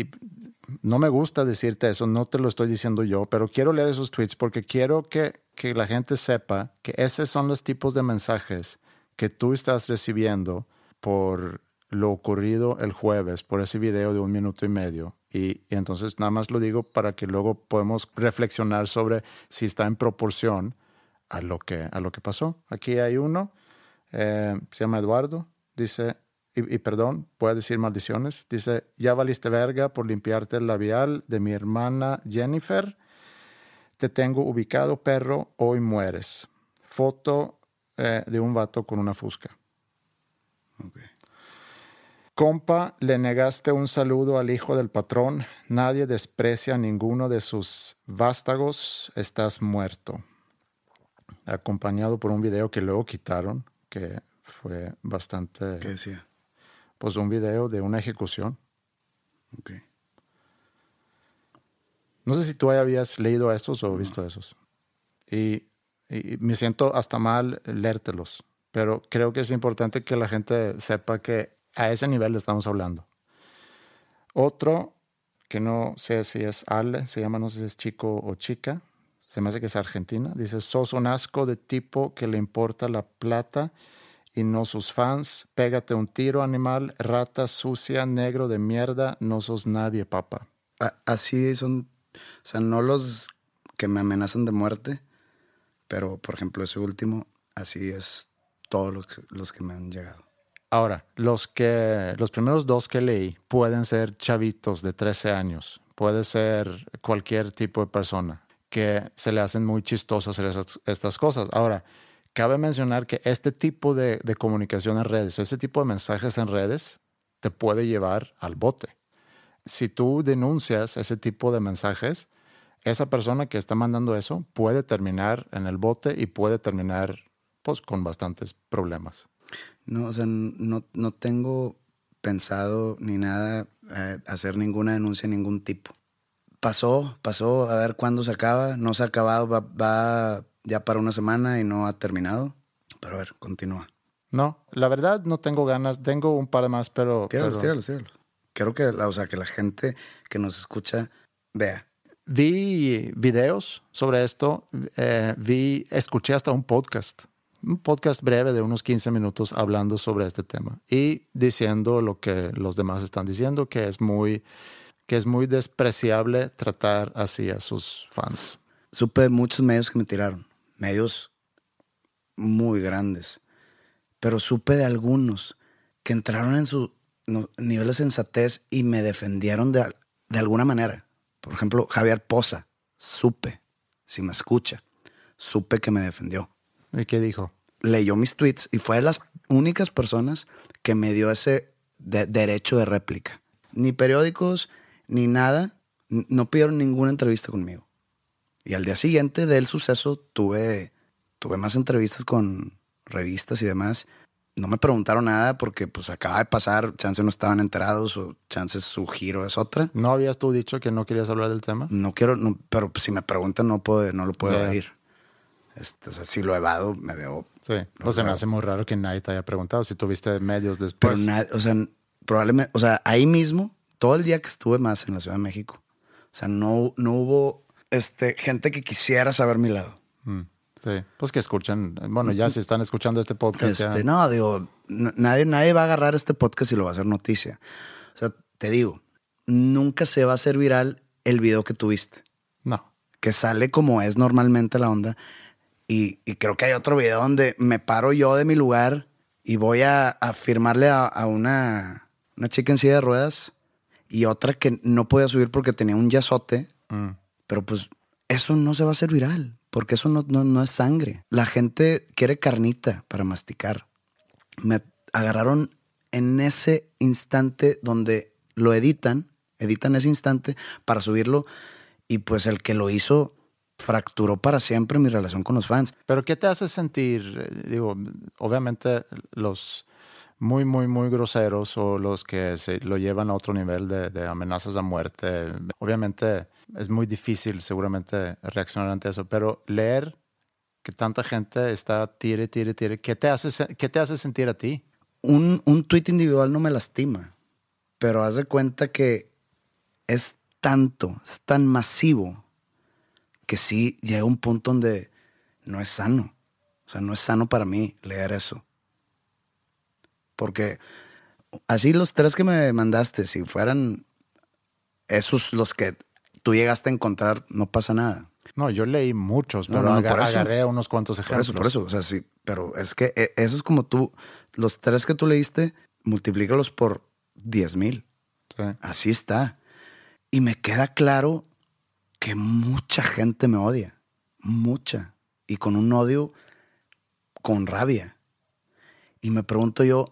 no me gusta decirte eso, no te lo estoy diciendo yo, pero quiero leer esos tweets porque quiero que la gente sepa que esos son los tipos de mensajes que tú estás recibiendo por lo ocurrido el jueves, por ese video de 1 minuto y medio. Y entonces nada más lo digo para que luego podamos reflexionar sobre si está en proporción a lo que pasó. Aquí hay uno, se llama Eduardo, dice... Y perdón, puede decir maldiciones. Dice, ya valiste verga por limpiarte el labial de mi hermana Jennifer. Te tengo ubicado, perro, hoy mueres. Foto de un vato con una fusca. Okay. Compa, le negaste un saludo al hijo del patrón. Nadie desprecia a ninguno de sus vástagos. Estás muerto. Acompañado por un video que luego quitaron, que fue bastante... ¿Qué decía? Pues un video de una ejecución. Ok. No sé si tú habías leído estos o visto esos. Y me siento hasta mal leértelos. Pero creo que es importante que la gente sepa que a ese nivel le estamos hablando. Otro, que no sé si es Ale, se llama, no sé si es chico o chica. Se me hace que es argentina. Dice, sos un asco de tipo que le importa la plata y no sus fans. Pégate un tiro, animal, rata sucia, negro de mierda, no sos nadie, papá. Así son, o sea, no los que me amenazan de muerte, pero, por ejemplo, ese último, así es todos los que me han llegado. Ahora, los primeros 2 que leí pueden ser chavitos de 13 años, puede ser cualquier tipo de persona que se le hacen muy chistosas hacer estas cosas. Ahora, cabe mencionar que este tipo de comunicación en redes, o este tipo de mensajes en redes, te puede llevar al bote. si tú denuncias ese tipo de mensajes, esa persona que está mandando eso puede terminar en el bote y puede terminar pues con bastantes problemas. No, o sea, no tengo pensado ni nada hacer ninguna denuncia de ningún tipo. Pasó, a ver cuándo se acaba. No se ha acabado, va ya para una semana y no ha terminado. Pero a ver, continúa. No, la verdad no tengo ganas. Tengo un par más, pero... Tíralos. Quiero que la gente que nos escucha vea. Vi videos sobre esto. Escuché hasta un podcast breve de unos 15 minutos hablando sobre este tema y diciendo lo que los demás están diciendo, que es muy despreciable tratar así a sus fans. Supe de muchos medios que me tiraron, medios muy grandes, pero supe de algunos que entraron en su nivel de sensatez y me defendieron de alguna manera. Por ejemplo, Javier Poza, supe, si me escucha, supe que me defendió. ¿Y qué dijo? Leyó mis tweets y fue de las únicas personas que me dio ese derecho de réplica. Ni periódicos, ni nada, no pidieron ninguna entrevista conmigo. Y al día siguiente del suceso tuve más entrevistas con revistas y demás. No me preguntaron nada porque pues acaba de pasar, chance no estaban enterados o chance su giro es otra. ¿No habías tú dicho que no querías hablar del tema? No quiero, pero si me preguntan no lo puedo evadir. O sea, si lo evado, me veo... Sí, pues se me hace muy raro que nadie te haya preguntado si tuviste medios después. Pero probablemente, ahí mismo, todo el día que estuve más en la Ciudad de México, o sea, no hubo gente que quisiera saber mi lado. Sí, pues que escuchen, bueno, ya si están escuchando este podcast ya... No, digo, nadie va a agarrar este podcast y lo va a hacer noticia. O sea, te digo, nunca se va a hacer viral el video que tuviste. No. Que sale como es normalmente la onda. Y creo que hay otro video donde me paro yo de mi lugar y voy a firmarle a una chica en silla de ruedas y otra que no podía subir porque tenía un yazote. Pero pues eso no se va a hacer viral porque eso no es sangre. La gente quiere carnita para masticar. Me agarraron en ese instante donde lo editan ese instante para subirlo y pues el que lo hizo fracturó para siempre mi relación con los fans. ¿Pero qué te hace sentir? Digo, obviamente los muy, muy, muy groseros o los que se lo llevan a otro nivel de amenazas a muerte, obviamente es muy difícil seguramente reaccionar ante eso, pero leer que tanta gente está tire, ¿qué te hace sentir a ti? Un tuit individual no me lastima, pero haz de cuenta que es tan masivo que sí llega un punto donde no es sano. O sea, no es sano para mí leer eso. Porque así los 3 que me mandaste, si fueran esos los que tú llegaste a encontrar, no pasa nada. No, yo leí muchos, pero agarré unos cuantos ejemplos. Por eso, o sea, sí. Pero es que eso es como tú, los 3 que tú leíste, multiplícalos por 10,000. Sí. Así está. Y me queda claro que mucha gente me odia. Mucha. Y con un odio con rabia. Y me pregunto yo,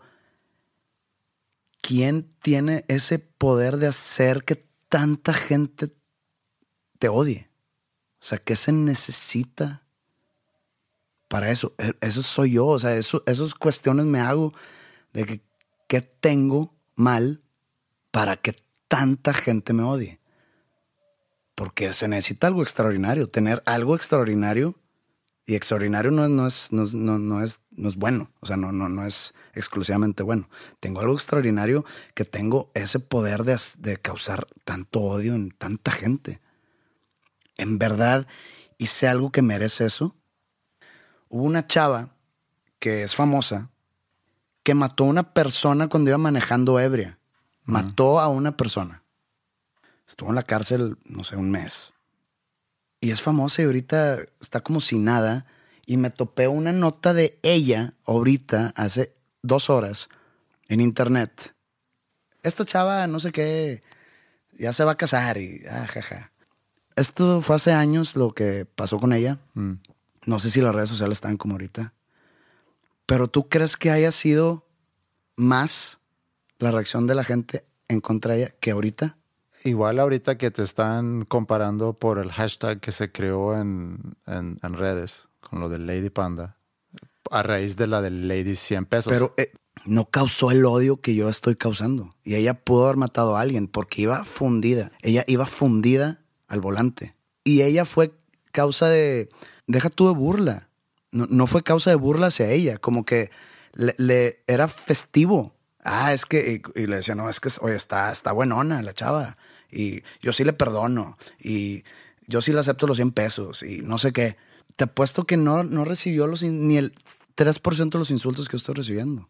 ¿quién tiene ese poder de hacer que tanta gente te odie? O sea, ¿qué se necesita para eso? Eso soy yo. O sea, esas cuestiones me hago de que ¿qué tengo mal para que tanta gente me odie? Porque se necesita algo extraordinario. Tener algo extraordinario. Y extraordinario no es bueno. O sea, no es exclusivamente bueno. Tengo algo extraordinario que tengo ese poder de causar tanto odio en tanta gente. En verdad hice algo que merece eso. Hubo una chava que es famosa que mató a una persona cuando iba manejando ebria. Mató a una persona. Estuvo en la cárcel, no sé, 1 mes. Y es famosa y ahorita está como si nada. Y me topé una nota de ella ahorita, hace 2 horas, en internet. Esta chava, no sé qué, ya se va a casar y jaja. Esto fue hace años lo que pasó con ella. No sé si las redes sociales están como ahorita. Pero ¿tú crees que haya sido más la reacción de la gente en contra de ella que ahorita? Igual ahorita que te están comparando por el hashtag que se creó en redes, con lo de Lady Panda, a raíz de la de Lady 100 pesos. Pero no causó el odio que yo estoy causando. Y ella pudo haber matado a alguien porque iba fundida. Ella iba fundida al volante. Y ella fue causa de... Deja tú de burla. No fue causa de burla hacia ella. Como que le era festivo. Es que... Y le decía, no, es que, oye, está buenona la chava. Y yo sí le perdono. Y yo sí le acepto los 100 pesos. Y no sé qué. Te apuesto que no recibió ni el 3% de los insultos que yo estoy recibiendo.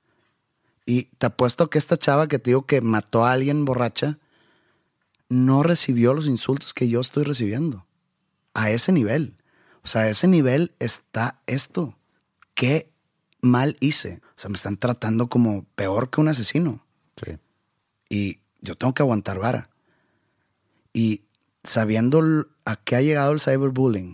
Y te apuesto que esta chava que te digo que mató a alguien borracha no recibió los insultos que yo estoy recibiendo. A ese nivel. O sea, a ese nivel está esto. Qué mal hice. O sea, me están tratando como peor que un asesino. Sí. Y yo tengo que aguantar vara. Y sabiendo a qué ha llegado el cyberbullying,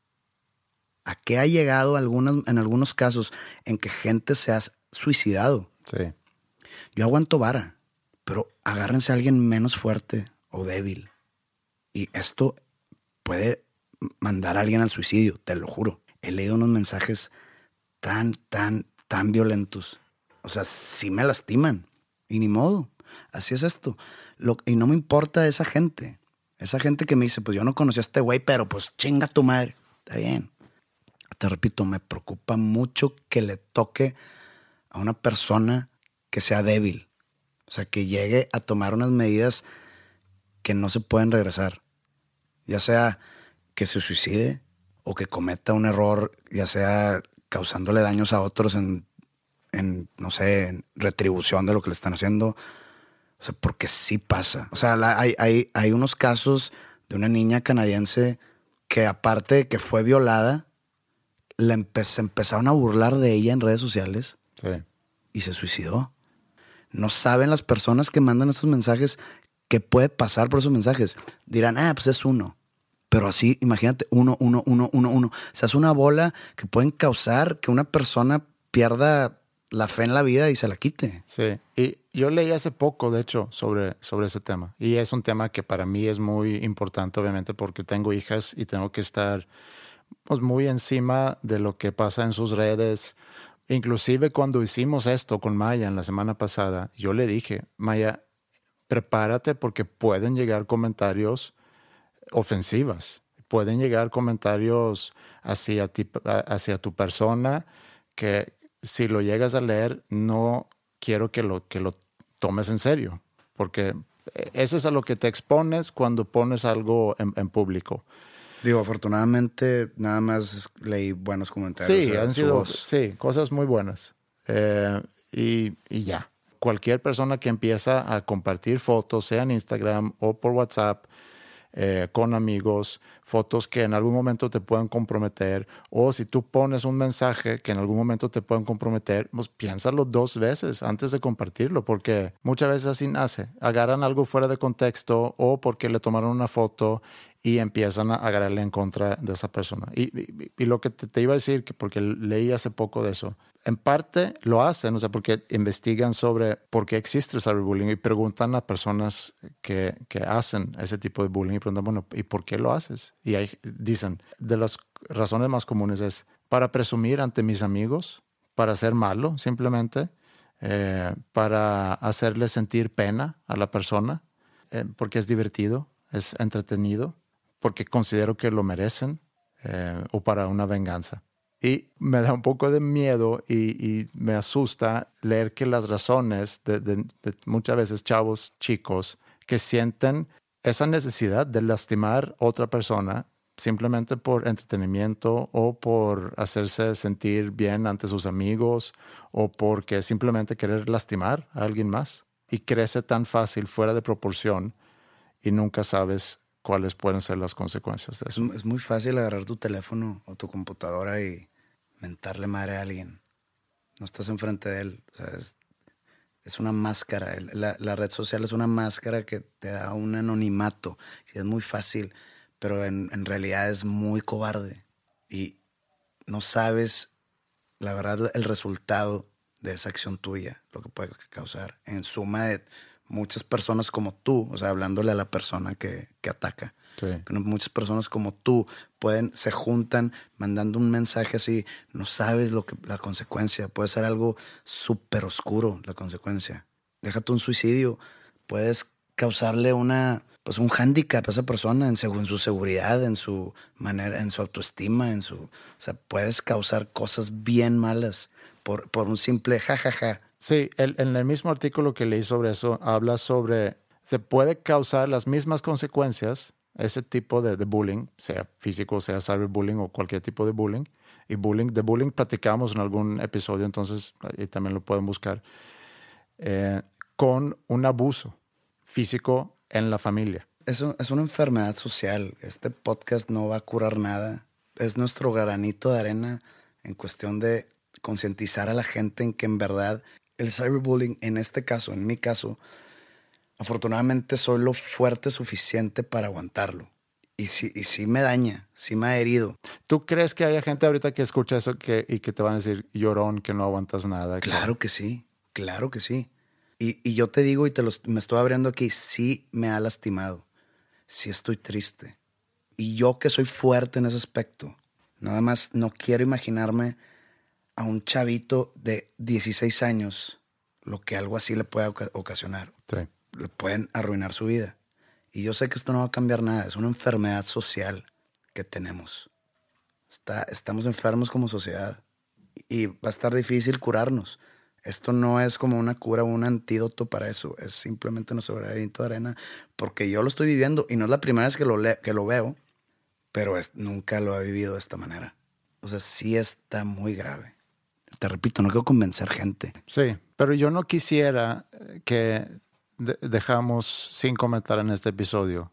a qué ha llegado en algunos casos en que gente se ha suicidado. Sí. Yo aguanto vara, pero agárrense a alguien menos fuerte o débil. Y esto puede mandar a alguien al suicidio, te lo juro. He leído unos mensajes tan violentos. O sea, sí me lastiman. Y ni modo. Así es esto. Y no me importa esa gente. Esa gente que me dice, pues yo no conocí a este güey, pero pues chinga tu madre. Está bien. Te repito, me preocupa mucho que le toque a una persona que sea débil. O sea, que llegue a tomar unas medidas que no se pueden regresar. Ya sea que se suicide o que cometa un error, ya sea causándole daños a otros en no sé, en retribución de lo que le están haciendo. O sea, porque sí pasa. O sea, hay unos casos de una niña canadiense que aparte de que fue violada, se empezaron a burlar de ella en redes sociales. Sí. Y se suicidó. No saben las personas que mandan esos mensajes qué puede pasar por esos mensajes. Dirán, pues es uno. Pero así, imagínate, uno. O sea, es una bola que pueden causar que una persona pierda la fe en la vida y se la quite. Sí, y yo leí hace poco, de hecho, sobre ese tema. Y es un tema que para mí es muy importante, obviamente, porque tengo hijas y tengo que estar pues, muy encima de lo que pasa en sus redes. Inclusive cuando hicimos esto con Maya en la semana pasada, yo le dije, Maya, prepárate porque pueden llegar comentarios ofensivas. Pueden llegar comentarios hacia tu persona que si lo llegas a leer, no quiero que lo tomes en serio, porque eso es a lo que te expones cuando pones algo en público. Digo, afortunadamente nada más leí buenos comentarios. Sí, han sido cosas muy buenas. Y ya. Cualquier persona que empieza a compartir fotos, sea en Instagram o por WhatsApp, con amigos, fotos que en algún momento te puedan comprometer, o si tú pones un mensaje que en algún momento te puedan comprometer, pues piénsalo 2 veces antes de compartirlo, porque muchas veces así nace. Agarran algo fuera de contexto o porque le tomaron una foto y empiezan a agarrarle en contra de esa persona. Y lo que te iba a decir, que porque leí hace poco de eso, en parte lo hacen, o sea, porque investigan sobre por qué existe el cyberbullying y preguntan a personas que hacen ese tipo de bullying y preguntan, bueno, ¿y por qué lo haces? Y ahí dicen, de las razones más comunes es para presumir ante mis amigos, para ser malo simplemente, para hacerle sentir pena a la persona, porque es divertido, es entretenido, porque considero que lo merecen, o para una venganza. Y me da un poco de miedo y me asusta leer que las razones de muchas veces chavos chicos que sienten esa necesidad de lastimar a otra persona simplemente por entretenimiento o por hacerse sentir bien ante sus amigos o porque simplemente querer lastimar a alguien más. Y crece tan fácil fuera de proporción y nunca sabes cuáles pueden ser las consecuencias de eso. Es muy fácil agarrar tu teléfono o tu computadora y mentarle madre a alguien. No estás enfrente de él. O sea, es una máscara. La red social es una máscara que te da un anonimato. Y es muy fácil, pero en realidad es muy cobarde. Y no sabes, la verdad, el resultado de esa acción tuya, lo que puede causar. En suma de muchas personas como tú, o sea, hablándole a la persona que ataca. Sí. Pero muchas personas como tú se juntan mandando un mensaje así, no sabes la consecuencia, puede ser algo súper oscuro la consecuencia. Déjate un suicidio, puedes causarle un hándicap a esa persona en su seguridad, en su manera, en su autoestima, o sea, puedes causar cosas bien malas por un simple jajaja. Sí, en el mismo artículo que leí sobre eso, habla sobre, se puede causar las mismas consecuencias, ese tipo de bullying, sea físico, sea cyberbullying o cualquier tipo de bullying. Y de bullying platicamos en algún episodio, entonces ahí también lo pueden buscar, con un abuso físico en la familia. Es una enfermedad social. Este podcast no va a curar nada. Es nuestro granito de arena en cuestión de concientizar a la gente en que en verdad el cyberbullying, en este caso, en mi caso, afortunadamente soy lo fuerte suficiente para aguantarlo. Y sí me daña, sí me ha herido. ¿Tú crees que haya gente ahorita que escucha eso y que te van a decir, llorón, que no aguantas nada? Claro que sí, claro que sí. Y yo te digo, me estoy abriendo aquí, sí me ha lastimado. Sí estoy triste. Y yo que soy fuerte en ese aspecto, nada más no quiero imaginarme a un chavito de 16 años lo que algo así le puede ocasionar. Sí. Le pueden arruinar su vida. Y yo sé que esto no va a cambiar nada. Es una enfermedad social que tenemos. Estamos enfermos como sociedad. Y va a estar difícil curarnos. Esto no es como una cura o un antídoto para eso. Es simplemente nuestro granito de arena. Porque yo lo estoy viviendo. Y no es la primera vez que lo veo. Pero nunca lo he vivido de esta manera. O sea, sí está muy grave. Te repito, no quiero convencer gente. Sí, pero yo no quisiera que dejamos sin comentar en este episodio.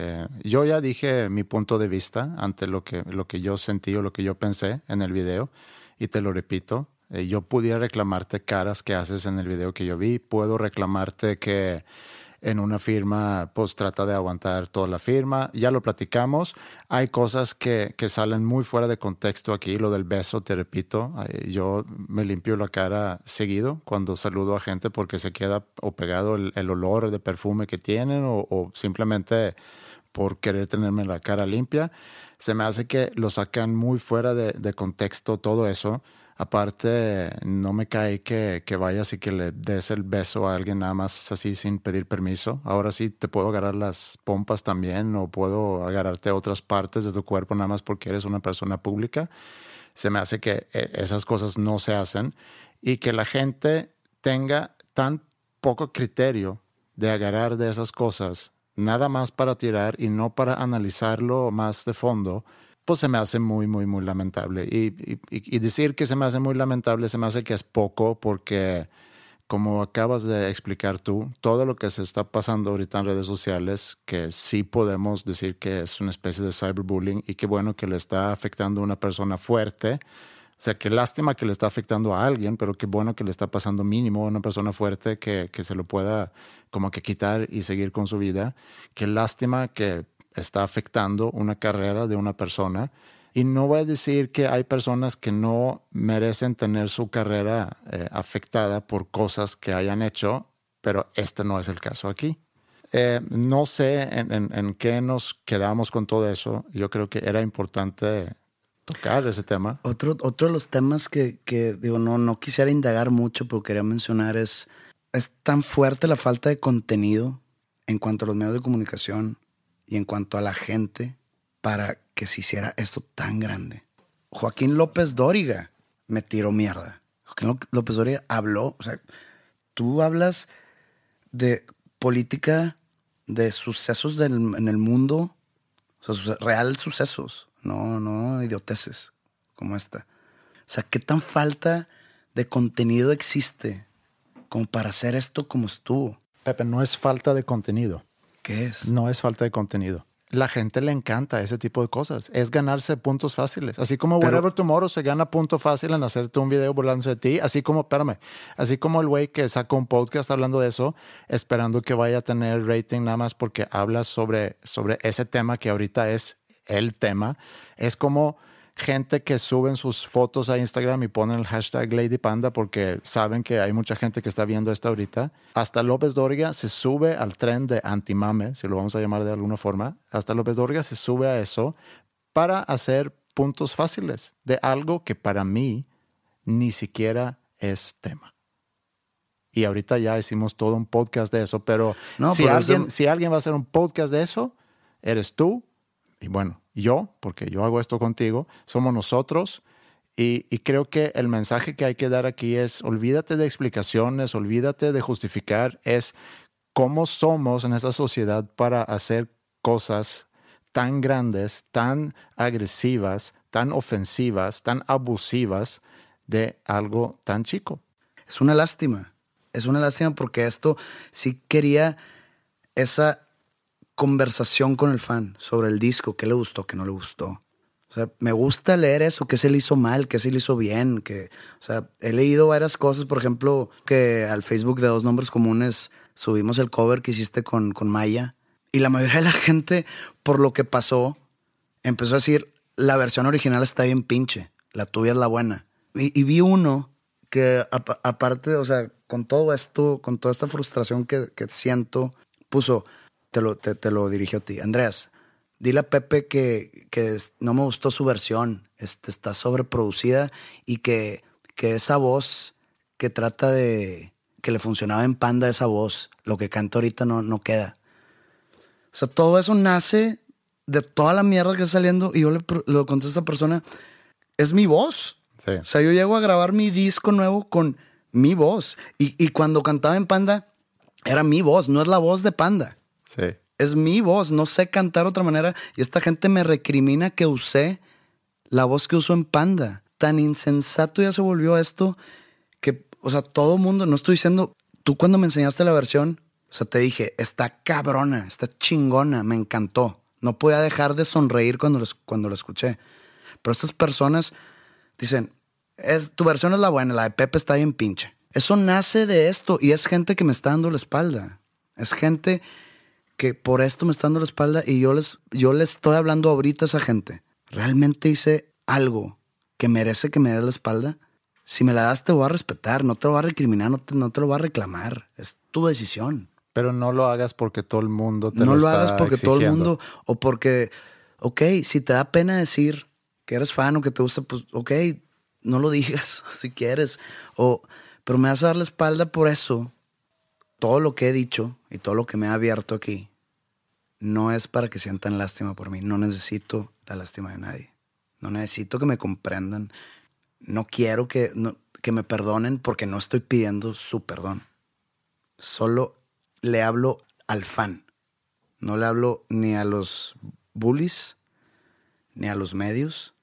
Yo ya dije mi punto de vista ante lo que yo sentí o lo que yo pensé en el video y te lo repito. Yo pudiera reclamarte caras que haces en el video que yo vi. Puedo reclamarte que en una firma pues trata de aguantar toda la firma. Ya lo platicamos. Hay cosas que salen muy fuera de contexto aquí. Lo del beso, te repito. Yo me limpio la cara seguido cuando saludo a gente porque se queda o pegado el olor de perfume que tienen o simplemente por querer tenerme la cara limpia. Se me hace que lo sacan muy fuera de contexto todo eso. Aparte, no me cae que vayas y que le des el beso a alguien nada más así sin pedir permiso. Ahora sí te puedo agarrar las pompas también o puedo agarrarte otras partes de tu cuerpo nada más porque eres una persona pública. Se me hace que esas cosas no se hacen y que la gente tenga tan poco criterio de agarrar de esas cosas nada más para tirar y no para analizarlo más de fondo. Pues se me hace muy, muy, muy lamentable. Y decir que se me hace muy lamentable, se me hace que es poco porque, como acabas de explicar tú, todo lo que se está pasando ahorita en redes sociales, que sí podemos decir que es una especie de cyberbullying y qué bueno que le está afectando a una persona fuerte. O sea, qué lástima que le está afectando a alguien, pero qué bueno que le está pasando mínimo a una persona fuerte que se lo pueda como que quitar y seguir con su vida. Qué lástima que está afectando una carrera de una persona. Y no voy a decir que hay personas que no merecen tener su carrera afectada por cosas que hayan hecho, pero este no es el caso aquí. No sé en qué nos quedamos con todo eso. Yo creo que era importante tocar ese tema. Otro de los temas que digo, no quisiera indagar mucho, pero quería mencionar es tan fuerte la falta de contenido en cuanto a los medios de comunicación y en cuanto a la gente para que se hiciera esto tan grande. Joaquín López Dóriga me tiró mierda. Joaquín López Dóriga habló, o sea, tú hablas de política, de sucesos en el mundo, o sea, real sucesos, no idioteces como esta. O sea, ¿qué tan falta de contenido existe como para hacer esto como estuvo? Pepe, no es falta de contenido. ¿Qué es? No es falta de contenido. La gente le encanta ese tipo de cosas. Es ganarse puntos fáciles. Así como Whatever Tomorrow se gana punto fácil en hacerte un video burlándose de ti. Así como el güey que sacó un podcast hablando de eso, esperando que vaya a tener rating nada más porque habla sobre ese tema que ahorita es el tema. Es como gente que suben sus fotos a Instagram y ponen el hashtag Lady Panda porque saben que hay mucha gente que está viendo esto ahorita. Hasta López Dóriga se sube al tren de antimame, si lo vamos a llamar de alguna forma. Hasta López Dóriga se sube a eso para hacer puntos fáciles de algo que para mí ni siquiera es tema. Y ahorita ya hicimos todo un podcast de eso, pero si alguien va a hacer un podcast de eso, eres tú. Y bueno, yo, porque yo hago esto contigo, somos nosotros. Y creo que el mensaje que hay que dar aquí es: olvídate de explicaciones, olvídate de justificar. Es cómo somos en esta sociedad para hacer cosas tan grandes, tan agresivas, tan ofensivas, tan abusivas de algo tan chico. Es una lástima. Es una lástima porque esto sí quería esa conversación con el fan sobre el disco, qué le gustó, qué no le gustó. O sea, me gusta leer eso, qué se le hizo mal, qué se le hizo bien. O sea, he leído varias cosas, por ejemplo, que al Facebook de Dos Nombres Comunes subimos el cover que hiciste con Maya, y la mayoría de la gente, por lo que pasó, empezó a decir, la versión original está bien pinche, la tuya es la buena. Y vi uno que aparte, o sea, con todo esto, con toda esta frustración que siento, puso, te lo dirigió a ti. Andreas, dile a Pepe que no me gustó su versión, está sobreproducida, y que esa voz que trata de, que le funcionaba en Panda, esa voz, lo que canta ahorita no queda. O sea, todo eso nace de toda la mierda que está saliendo, y yo le conté a esta persona, es mi voz. Sí. O sea, yo llego a grabar mi disco nuevo con mi voz. Y cuando cantaba en Panda, era mi voz, no es la voz de Panda. Sí. Es mi voz, no sé cantar de otra manera. Y esta gente me recrimina que usé la voz que uso en Panda. Tan insensato ya se volvió esto que, o sea, todo mundo, no estoy diciendo, tú cuando me enseñaste la versión, o sea, te dije, está cabrona, está chingona, me encantó. No podía dejar de sonreír cuando lo escuché. Pero estas personas dicen, tu versión es la buena, la de Pepe está bien pinche. Eso nace de esto, y es gente que me está dando la espalda. Es gente que por esto me está dando la espalda, y yo les estoy hablando ahorita a esa gente. ¿Realmente hice algo que merece que me des la espalda? Si me la das, te voy a respetar, no te lo voy a recriminar, no te lo voy a reclamar. Es tu decisión. Pero no lo hagas porque todo el mundo te lo está No lo hagas porque exigiendo. todo el mundo, o porque, ok, si te da pena decir que eres fan o que te gusta, pues ok, no lo digas si quieres. Pero me vas a dar la espalda por eso. Todo lo que he dicho y todo lo que me ha abierto aquí no es para que sientan lástima por mí. No necesito la lástima de nadie. No necesito que me comprendan. No quiero que me perdonen porque no estoy pidiendo su perdón. Solo le hablo al fan. No le hablo ni a los bullies, ni a los medios,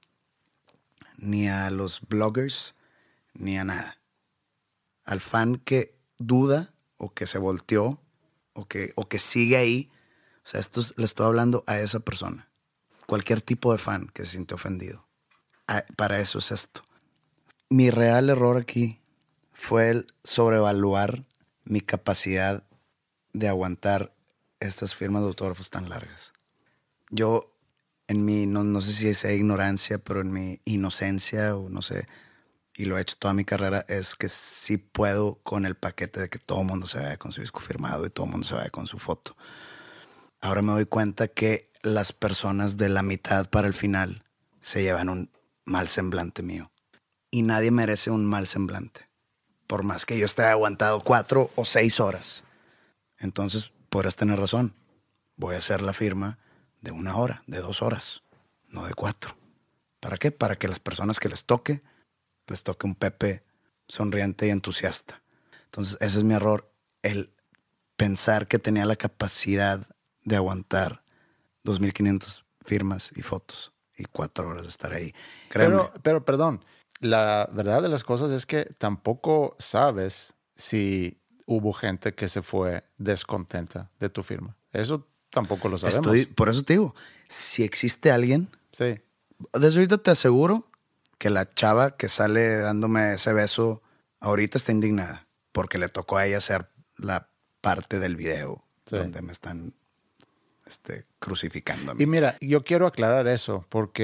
ni a los bloggers, ni a nada. Al fan que duda o que se volteó o que sigue ahí. O sea, le estoy hablando a esa persona. Cualquier tipo de fan que se siente ofendido. Para eso es esto. Mi real error aquí fue el sobrevaluar mi capacidad de aguantar estas firmas de autógrafos tan largas. Yo, en mi, no sé si sea ignorancia, pero en mi inocencia o no sé, y lo he hecho toda mi carrera, es que sí puedo con el paquete de que todo el mundo se vaya con su disco firmado y todo el mundo se vaya con su foto. Ahora me doy cuenta que las personas de la mitad para el final se llevan un mal semblante mío. Y nadie merece un mal semblante, por más que yo esté aguantado 4 o 6 horas. Entonces, podrás tener razón. Voy a hacer la firma de 1 hora, de 2 horas, no de 4. ¿Para qué? Para que las personas que les toque un Pepe sonriente y entusiasta. Entonces, ese es mi error, el pensar que tenía la capacidad de aguantar 2,500 firmas y fotos y 4 horas de estar ahí. Créeme. Pero perdón, la verdad de las cosas es que tampoco sabes si hubo gente que se fue descontenta de tu firma. Eso tampoco lo sabemos. Por eso te digo, si existe alguien, sí. Desde ahorita te aseguro que la chava que sale dándome ese beso ahorita está indignada porque le tocó a ella hacer la parte del video donde me están crucificando a mí. Y mira, yo quiero aclarar eso porque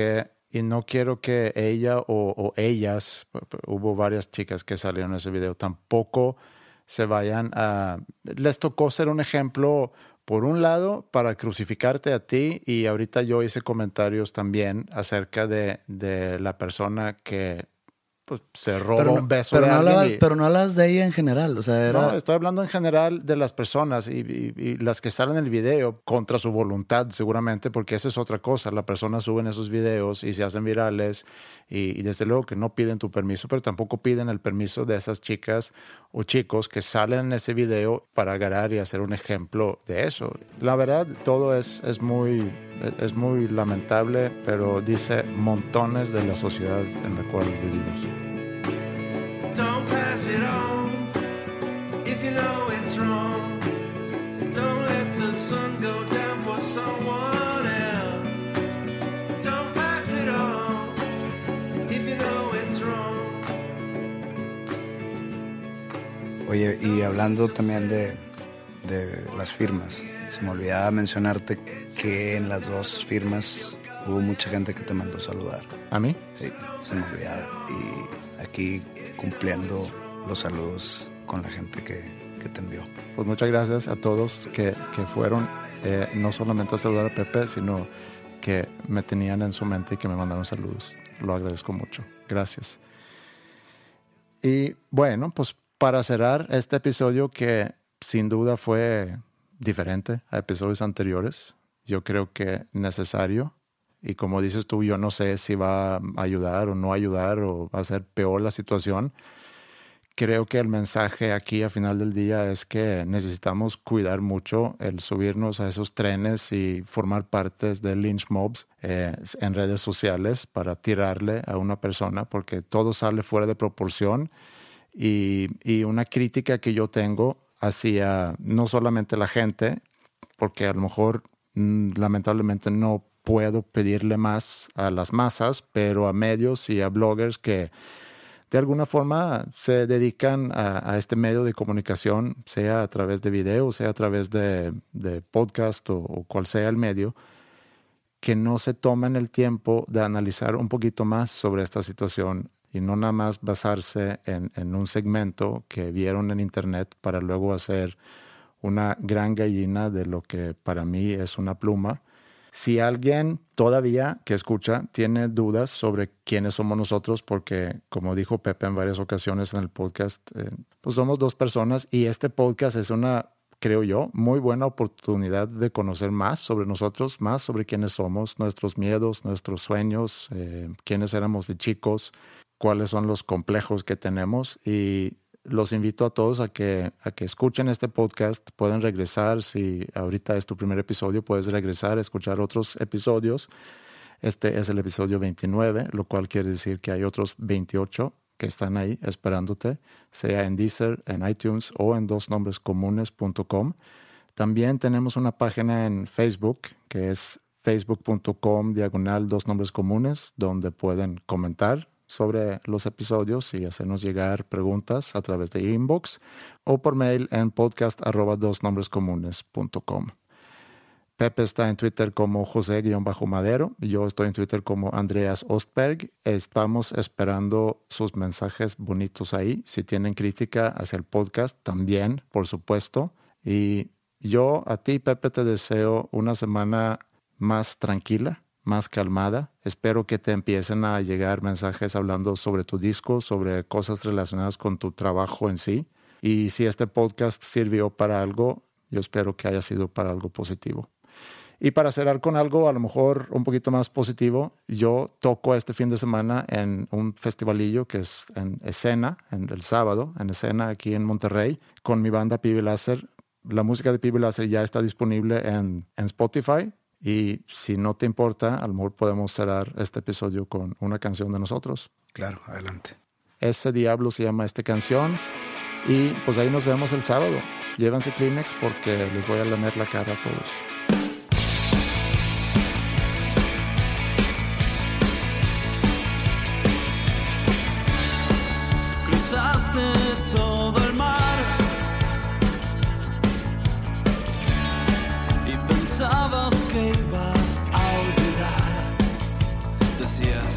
y no quiero que ella o ellas, hubo varias chicas que salieron en ese video, tampoco se vayan a... Les tocó ser un ejemplo, por un lado, para crucificarte a ti, y ahorita yo hice comentarios también acerca de la persona que pues, se roba un beso de alguien. Pero no hablas de ella en general, o sea, No, estoy hablando en general de las personas y las que salen en el video contra su voluntad, seguramente, porque esa es otra cosa. Las personas suben esos videos y se hacen virales y desde luego que no piden tu permiso, pero tampoco piden el permiso de esas chicas o chicos que salen en ese video para agarrar y hacer un ejemplo de eso. La verdad, todo es muy lamentable, pero dice montones de la sociedad en la cual vivimos. Don't pass it on if you know it's wrong. Don't let the sun go down for someone else. Don't pass it on if you know it's wrong. Oye, y hablando también de las firmas, se me olvidaba mencionarte que en las dos firmas hubo mucha gente que te mandó saludar. ¿A mí? Sí, se me olvidaba. Y aquí cumpliendo los saludos con la gente que te envió. Pues muchas gracias a todos que fueron, no solamente a saludar a Pepe, sino que me tenían en su mente y que me mandaron saludos. Lo agradezco mucho. Gracias. Y bueno, pues para cerrar este episodio que sin duda fue diferente a episodios anteriores, yo creo que necesario. Y como dices tú, yo no sé si va a ayudar o no ayudar o va a ser peor la situación. Creo que el mensaje aquí al final del día es que necesitamos cuidar mucho el subirnos a esos trenes y formar partes de lynch mobs en redes sociales para tirarle a una persona, porque todo sale fuera de proporción. Y una crítica que yo tengo hacia no solamente la gente, porque a lo mejor lamentablemente no puedo pedirle más a las masas, pero a medios y a bloggers que de alguna forma se dedican a este medio de comunicación, sea a través de video, sea a través de podcast o cual sea el medio, que no se toman el tiempo de analizar un poquito más sobre esta situación y no nada más basarse en un segmento que vieron en internet para luego hacer una gran gallina de lo que para mí es una pluma. Si alguien todavía que escucha tiene dudas sobre quiénes somos nosotros, porque como dijo Pepe en varias ocasiones en el podcast, pues somos dos personas y este podcast es una, creo yo, muy buena oportunidad de conocer más sobre nosotros, más sobre quiénes somos, nuestros miedos, nuestros sueños, quiénes éramos de chicos, cuáles son los complejos que tenemos, y los invito a todos a que escuchen este podcast. Pueden regresar, si ahorita es tu primer episodio, puedes regresar a escuchar otros episodios. Este es el episodio 29, lo cual quiere decir que hay otros 28 que están ahí esperándote, sea en Deezer, en iTunes o en dosnombrescomunes.com. También tenemos una página en Facebook que es facebook.com/dosnombrescomunes, donde pueden comentar sobre los episodios y hacernos llegar preguntas a través de inbox o por mail en podcast@dosnombrescomunes.com. Pepe está en Twitter como José-Madero y yo estoy en Twitter como Andreas Ostberg. Estamos esperando sus mensajes bonitos ahí. Si tienen crítica hacia el podcast, también, por supuesto. Y yo a ti, Pepe, te deseo una semana más tranquila, más calmada. Espero que te empiecen a llegar mensajes hablando sobre tu disco, sobre cosas relacionadas con tu trabajo en sí. Y si este podcast sirvió para algo, yo espero que haya sido para algo positivo. Y para cerrar con algo a lo mejor un poquito más positivo, yo toco este fin de semana en un festivalillo que es en Escena, el sábado, en Escena aquí en Monterrey, con mi banda Pibe Láser. La música de Pibe Láser ya está disponible en Spotify. Y si no te importa, a lo mejor podemos cerrar este episodio con una canción de nosotros. Claro, adelante. Ese Diablo se llama esta canción. Y pues ahí nos vemos el sábado. Llévense Kleenex porque les voy a lamer la cara a todos. Cruzaste todo el mar y pensabas que ibas a olvidar. Decía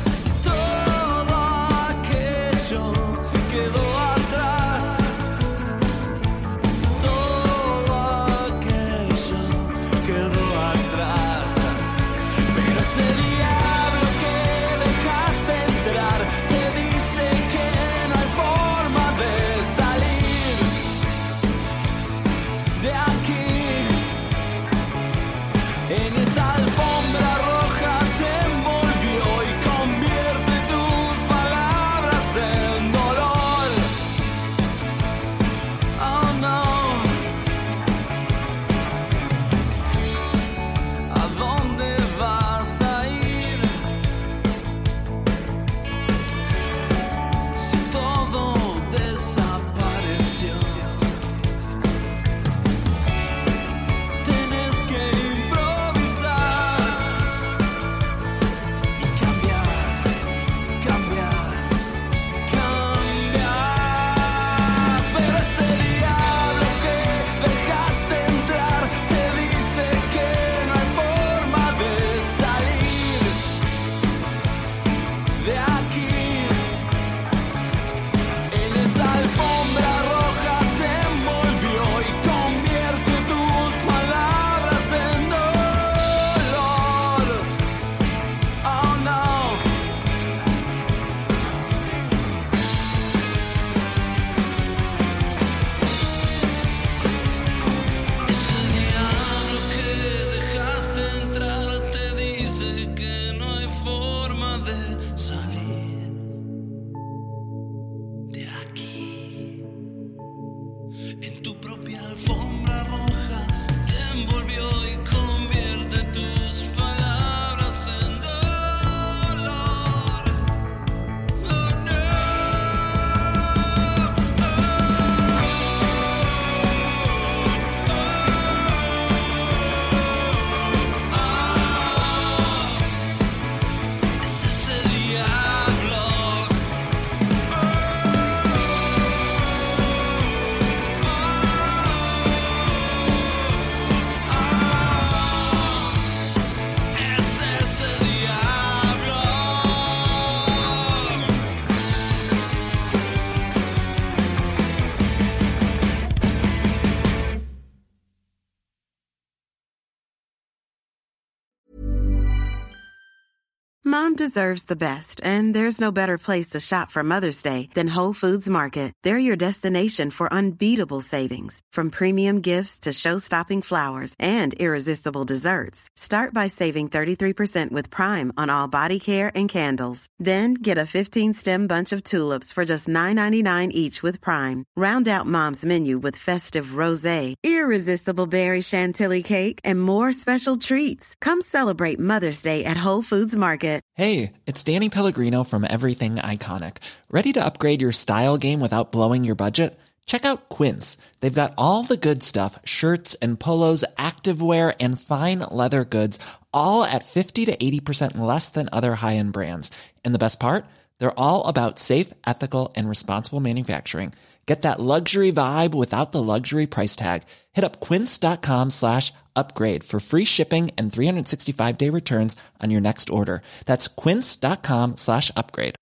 Mom deserves the best, and there's no better place to shop for Mother's Day than Whole Foods Market. They're your destination for unbeatable savings, from premium gifts to show-stopping flowers and irresistible desserts. Start by saving 33% with Prime on all body care and candles. Then get a 15-stem bunch of tulips for just $9.99 each with Prime. Round out Mom's menu with festive rosé, irresistible berry chantilly cake, and more special treats. Come celebrate Mother's Day at Whole Foods Market. Hey, it's Danny Pellegrino from Everything Iconic. Ready to upgrade your style game without blowing your budget? Check out Quince. They've got all the good stuff, shirts and polos, activewear, and fine leather goods, all at 50 to 80% less than other high-end brands. And the best part? They're all about safe, ethical, and responsible manufacturing. Get that luxury vibe without the luxury price tag. Hit up quince.com/upgrade for free shipping and 365-day returns on your next order. That's quince.com/upgrade.